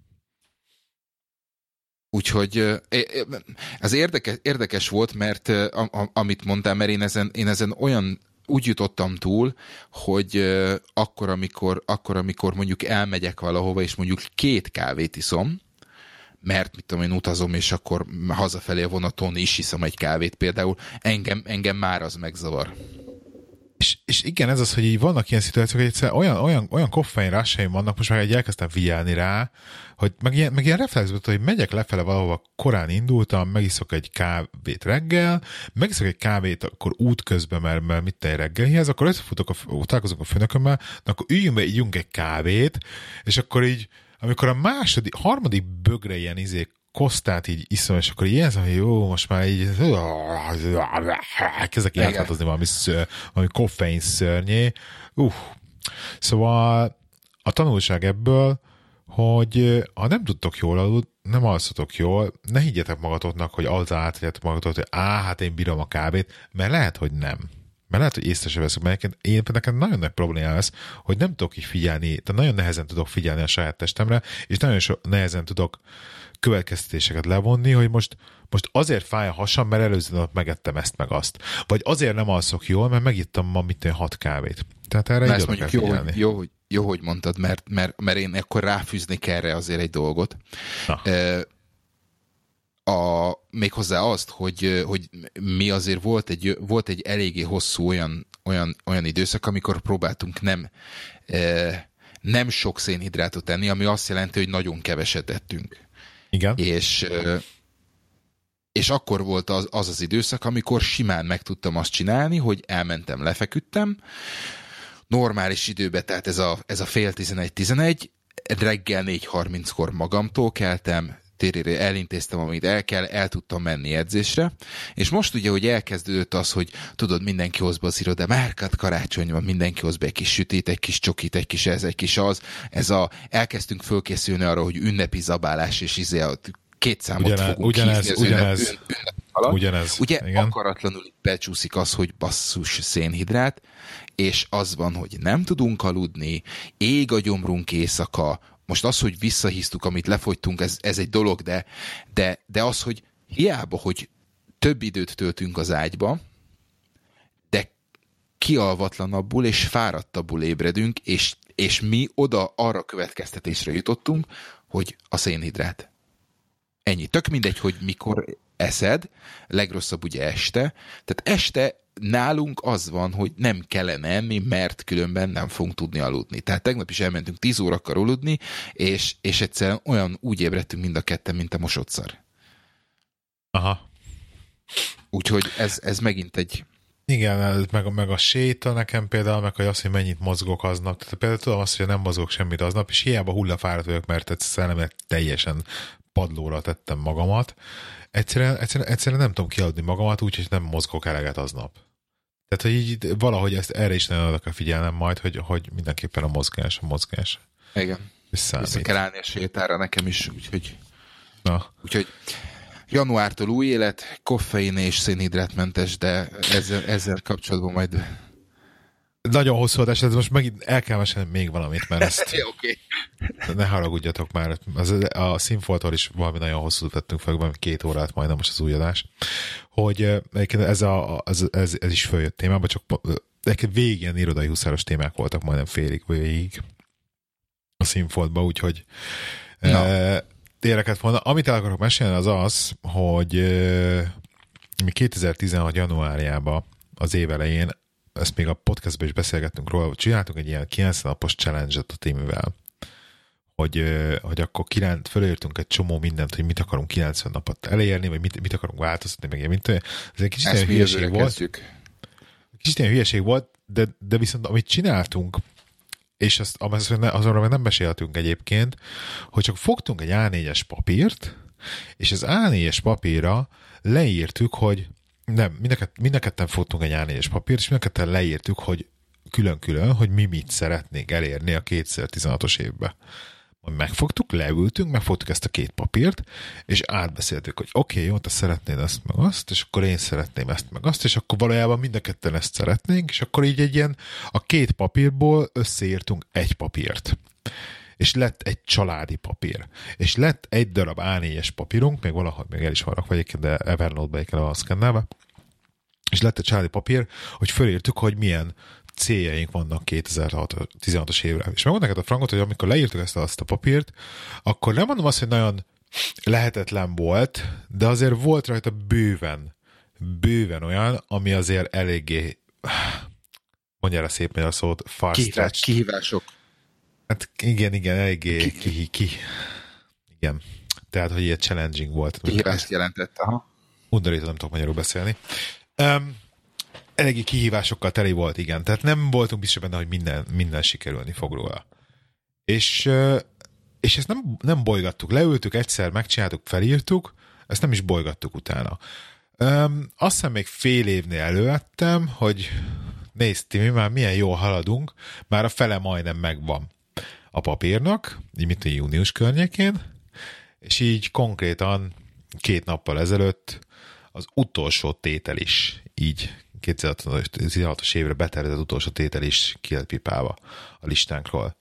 Úgyhogy ez érdekes, érdekes volt, mert a, a, amit mondtál, mert én ezen, én ezen olyan úgy jutottam túl, hogy akkor amikor, akkor, amikor mondjuk elmegyek valahova, és mondjuk két kávét iszom, mert mit tudom én utazom, és akkor hazafelé a vonaton is iszom egy kávét például, engem, engem már az megzavar. És, és igen, ez az, hogy így vannak ilyen szituációk, hogy egyszer olyan, olyan, olyan koffein rássaim vannak, most már egy elkezdtem figyelni rá, hogy meg ilyen, meg ilyen reflexből, hogy megyek lefele valahova, korán indultam, megiszok egy kávét reggel, megiszok egy kávét akkor útközben, mert, mert mit te reggelhez, akkor összefutok, a, találkozunk a főnökömmel, de akkor üljünk be, ígyunk egy kávét, és akkor így, amikor a második, harmadik bögre ilyen izé kosztát így iszom, és akkor ilyen, hogy jó, most már így kezdek így átváltozni valami, ször, valami koffein szörnyé. Uh. Szóval a tanulság ebből, hogy ha nem tudtok jól aludni, nem alszotok jól, ne higgyetek magatoknak, hogy azzal átadjátok magatot, hogy á, hát én bírom a kávét, mert lehet, hogy nem. Mert lehet, hogy észre sem veszek, mert én nekem nagyon nagy probléma lesz, hogy nem tudok így figyelni, tehát nagyon nehezen tudok figyelni a saját testemre, és nagyon so, nehezen tudok következtetéseket levonni, hogy most, most azért fáj a hasam, mert előző nap megettem ezt meg azt. Vagy azért nem alszok jól, mert megittam ma mit hat kávét. Tehát erre így oda kell jó, hogy, jó, hogy, jó, hogy mondtad, mert, mert, mert én akkor ráfűznék erre azért egy dolgot. E, a, méghozzá azt, hogy, hogy mi azért volt egy, volt egy eléggé hosszú olyan, olyan, olyan időszak, amikor próbáltunk nem, e, nem sok szénhidrátot tenni, ami azt jelenti, hogy nagyon keveset ettünk. Igen. És, és akkor volt az, az az időszak, amikor simán meg tudtam azt csinálni, hogy elmentem, lefeküdtem, normális időben, tehát ez a, ez a fél tizenegy-tizenegy, reggel négy harminckor magamtól keltem, térére elintéztem, amit el kell, el tudtam menni edzésre, és most ugye, hogy elkezdődött az, hogy tudod, mindenki hoz be az irodá, márkat karácsony van, mindenki hoz be egy kis sütét, egy kis csokit, egy kis ez, egy kis az, ez a, elkezdtünk fölkészülni arra, hogy ünnepi zabálás, és izé a két számot ugyanez, fogunk ugyanez, hívni az ugyanez, ünnep, ünnep alatt. Ugyanez, ugye igen. akaratlanul becsúszik az, hogy basszus szénhidrát, és az van, hogy nem tudunk aludni, ég a gyomrunk éjszaka. Most az, hogy visszahíztuk, amit lefogytunk, ez, ez egy dolog, de, de, de az, hogy hiába, hogy több időt töltünk az ágyba, de kialvatlanabbul és fáradtabbul ébredünk, és És mi oda arra következtetésre jutottunk, hogy a szénhidrát. Ennyi. Tök mindegy, hogy mikor eszed, legrosszabb ugye este. Tehát este nálunk az van, hogy nem kellene enni, mert különben nem fogunk tudni aludni. Tehát tegnap is elmentünk tíz órakor aludni, és, és egyszerűen olyan úgy ébredtünk mind a ketten, mint a mosott szar. Aha. Úgyhogy ez, ez megint egy... Igen, meg, meg a séta nekem például, meg az, hogy mennyit mozgok aznap. Tehát például tudom azt, hogy nem mozgok semmit aznap, és hiába hullafáradt vagyok, mert egyszerűen teljesen padlóra tettem magamat. Egyszerűen, egyszerűen, egyszerűen nem tudom kiadni magamat, úgyhogy nem mozgok eleget aznap. Tehát, hogy így valahogy ezt erre is nagyon oda kell figyelnem majd, hogy, hogy mindenképpen a mozgás, a mozgás. Igen. Vissza kell állni a sétára nekem is, úgyhogy... Na. Úgyhogy januártól új élet, koffein és szénhidrátmentes, de ezzel, ezzel kapcsolatban majd... Nagyon hosszú adás, de most megint el kell mesélni még valamit, mert ezt... ja, okay. Ne haragudjatok már, az, a Színfoltól is valami nagyon hosszú vettünk fel, valami két órát majdnem most az új adás, hogy ez, a, ez, ez, ez is följött témába, csak végig ilyen irodai huszáros témák voltak majdnem félig végig a Színfoltban, úgyhogy e, érdekelt volna. Amit el akarok mesélni, az az, hogy e, mi kétezer-tizenhat januárjában az év elején, ezt még a podcastban is beszélgettünk róla, csináltunk egy ilyen kilencven napos challenge-et a Timivel, hogy, hogy akkor kilenc, fölértünk egy csomó mindent, hogy mit akarunk kilencven napot elérni, vagy mit, mit akarunk változtatni, meg ilyen, mint ez egy kicsit ilyen hülyeség volt. Kezdjük. Kicsit ilyen hülyeség volt, de, de viszont amit csináltunk, és azt, azonra meg nem beszéltünk egyébként, hogy csak fogtunk egy á négyes papírt, és az á négyes papírra leírtuk, hogy nem, mind a ketten fogtunk egy á négyes papírt, és mind a ketten leírtuk, hogy külön-külön, hogy mi mit szeretnénk elérni a kétezer-tizenhatos évben. Megfogtuk, leültünk, megfogtuk ezt a két papírt, és átbeszéltük, hogy oké, okay, jó, te szeretnéd ezt meg azt, és akkor én szeretném ezt meg azt, és akkor valójában mind a ketten ezt szeretnénk, és akkor így egy ilyen, a két papírból összeírtunk egy papírt. És lett egy családi papír. És lett egy darab á négyes papírunk, még valahogy még el is vannak, vagy egyébként, de Evernote-ba kell a szkennelve, és lett egy családi papír, hogy fölírtuk, hogy milyen céljaink vannak kétezer-tizenhatos évre. És megmondom neked a frankot, hogy amikor leírtuk ezt a, azt a papírt, akkor nem mondom azt, hogy nagyon lehetetlen volt, de azért volt rajta bőven, bőven olyan, ami azért eléggé, mondja rá szépen a szót, far stretched. Kihívások. Hát igen, igen, eléggé ki, ki, ki. Igen. Tehát, hogy ilyen challenging volt. Kihívást jelentett, aha. Undorító, nem tudok magyarul beszélni. Um, eléggé kihívásokkal teli volt, igen. Tehát nem voltunk biztos benne, hogy minden, minden sikerülni fog róla. És, és ezt nem, nem bolygattuk. Leültük, egyszer megcsináltuk, felírtuk, ezt nem is bolygattuk utána. Um, azt hiszem még fél évnél elővettem, hogy nézd, Timi, már milyen jól haladunk, már a fele majdnem megvan a papírnak, így mint a június környékén, és így konkrétan két nappal ezelőtt az utolsó tétel is, így kétezer-tizenhatos évre betervezett utolsó tétel is kielpipálva a listánkról.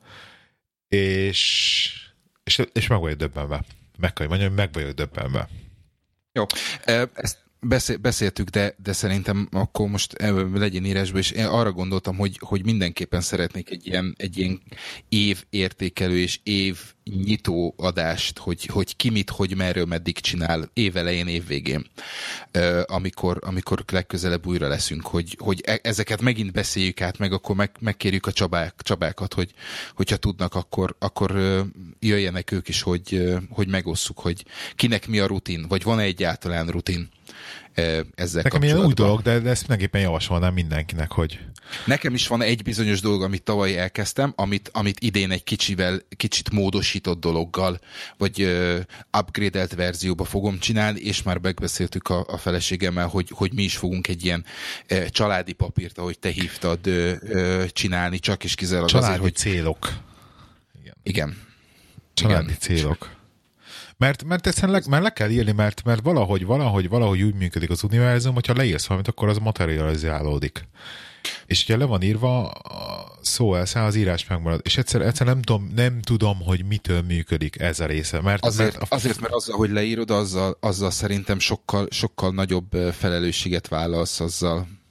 És, és, és meg vagyok döbbenve. Meg kell, hogy mondjam, meg vagyok döbbenve. Jó, ezt Beszél, beszéltük, de, de szerintem akkor most legyen írásban, és én arra gondoltam, hogy, hogy mindenképpen szeretnék egy ilyen, egy ilyen év értékelő és év nyitó adást, hogy, hogy ki mit, hogy merről, meddig csinál év elején, év végén, amikor, amikor legközelebb újra leszünk, hogy, hogy ezeket megint beszéljük át, meg akkor meg, megkérjük a csabák, csabákat, hogy, hogyha tudnak, akkor, akkor jöjjenek ők is, hogy, hogy megosszuk, hogy kinek mi a rutin, vagy van-e egyáltalán rutin ezzel nekem ilyen új dolog, de, de ezt mindenképpen javasolnám mindenkinek, hogy... Nekem is van egy bizonyos dolog, amit tavaly elkezdtem, amit, amit idén egy kicsivel, kicsit módosított dologgal, vagy uh, upgrade-elt verzióba fogom csinálni, és már megbeszéltük a, a feleségemmel, hogy, hogy mi is fogunk egy ilyen uh, családi papírt, ahogy te hívtad, uh, uh, csinálni, csak és kizárólag családi azért, hogy... célok. Igen. Igen. Családi Igen. célok. Mert, mert egyszerűen le, mert le kell írni, mert, mert valahogy, valahogy, valahogy úgy működik az univerzum, hogyha leírsz valamit, akkor az materializálódik. És hogyha le van írva, a szó elszáll, az írás megmarad. És egyszer, egyszer nem, tudom, nem tudom, hogy mitől működik ez a része. Mert, azért, mert a... azért, mert azzal, hogy leírod, azzal, azzal szerintem sokkal, sokkal nagyobb felelősséget vállalsz azzal.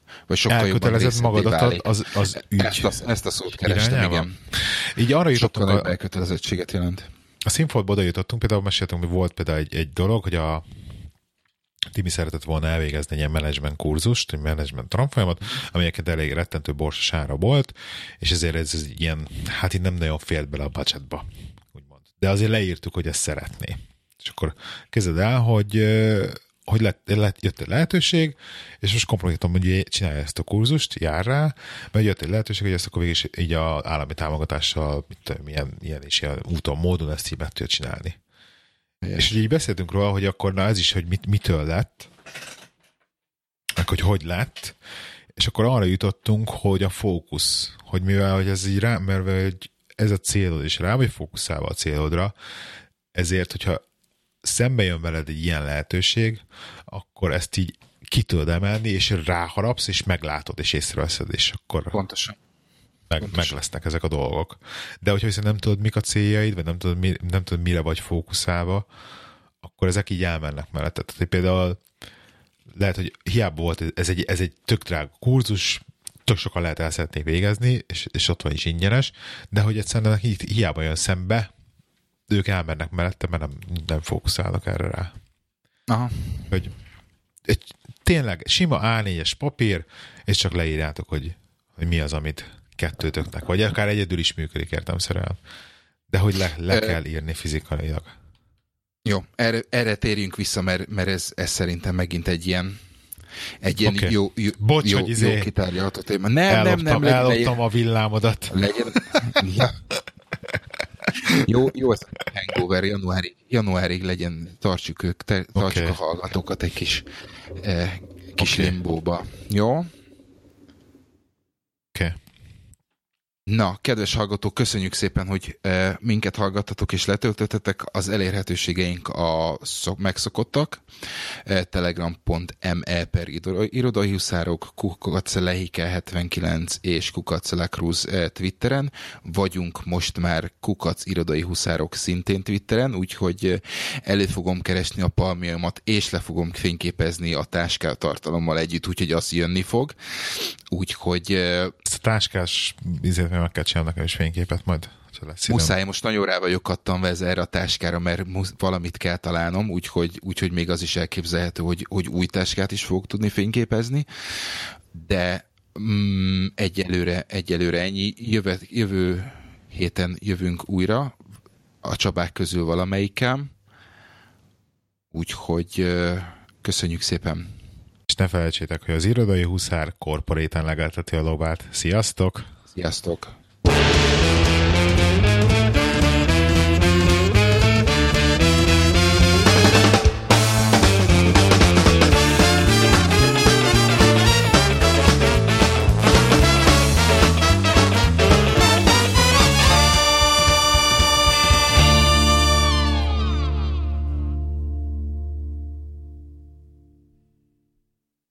vagy sokkal jobban elkötelezed magadat az, az ügy ezt a, ezt a szót kerestem, irányába. Igen. Így arra jutottunk, sokkal a, elkötelezettséget jelent. A Színfoltba oda jutottunk, például meséltünk, hogy volt például egy, egy dolog, hogy a Timi szeretett volna elvégezni egy ilyen menedzsment kurzust, egy menedzsment tanfolyamat, ami egyébként elég rettentő borsos ára volt, és ezért ez, ez ilyen, hát így nem nagyon félt bele a budgetba, úgymond. De azért leírtuk, hogy ezt szeretné. És akkor kezded el, hogy, hogy lett, lett, jött egy lehetőség, és most kompromitálom, hogy csinálja ezt a kurzust, jár rá, mert jött egy lehetőség, hogy ezt akkor végig is így az állami támogatással, mit, milyen, ilyen is ilyen úton, módon ezt így meg tudja csinálni. Igen. És így beszéltünk róla, hogy akkor na ez is, hogy mit, mitől lett, meg hogy hogy lett, és akkor arra jutottunk, hogy a fókusz, hogy mivel hogy ez így rá, mert hogy ez a célod, és rá vagy fókuszálva a célodra, ezért, hogyha szembe jön veled egy ilyen lehetőség, akkor ezt így ki tudod emelni, és ráharapsz, és meglátod, és észreveszed, és akkor pontosan. Meg, meg lesznek ezek a dolgok. De hogyha viszont nem tudod, mik a céljaid, vagy nem tudod, mi, nem tudod mire vagy fókuszálva, akkor ezek így elmennek mellett. Tehát például lehet, hogy hiába volt, ez egy, ez egy tök drága kurzus, tök sokan lehet el szeretné végezni, és, és ott van is ingyenes, de hogy egyszerűen hiába jön szembe, ők elmennek mellette, mert nem, nem fókuszálnak erre rá. Aha. Hogy egy, tényleg sima á négyes papír, és csak leírjátok, hogy, hogy mi az, amit kettőtöknek, vagy akár egyedül is működik értelemszerűen. De hogy le, le kell írni fizikailag. Jó, erre, erre térjünk vissza, mert, mert ez, ez szerintem megint egy ilyen egy ilyen okay. jó, jó, Bocs, jó, hogy izé jó kitárgyalható téma. Nem, elloptam, nem, nem. Elloptam legyen, a villámodat. Legyen. Ja. Jó, jó, az hangover januárig, januárig legyen, tartsuk ők, te, tartsuk okay. a hallgatókat egy kis, eh, kis okay. limbóba. Jó? Oké. Okay. Na, kedves hallgatók, köszönjük szépen, hogy e, minket hallgattatok és letöltöttetek. Az elérhetőségeink a szok, megszokottak. E, telegram pont me per irodai huszárok, kukaclehike hetvenkilenc és kukaclekruz e, Twitteren. Vagyunk most már kukac irodai huszárok szintén Twitteren, úgyhogy elő fogom keresni a palmiaimat, és le fogom fényképezni a táskál tartalommal együtt, úgyhogy az jönni fog. Úgyhogy... E, Ezt a táskás izét meg kell csinálni nekem is fényképet majd. Muszáj, most nagyon rá vagyok kattanva ez erre a táskára, mert valamit kell találnom, úgyhogy, úgyhogy még az is elképzelhető, hogy, hogy új táskát is fogok tudni fényképezni, de mm, egyelőre, egyelőre ennyi. Jövő, jövő héten jövünk újra, a Csabák közül valamelyikkel, úgyhogy köszönjük szépen. És ne felejtsétek, hogy az Irodai Huszár korporéten legelteti a lovát. Sziasztok! Sziasztok!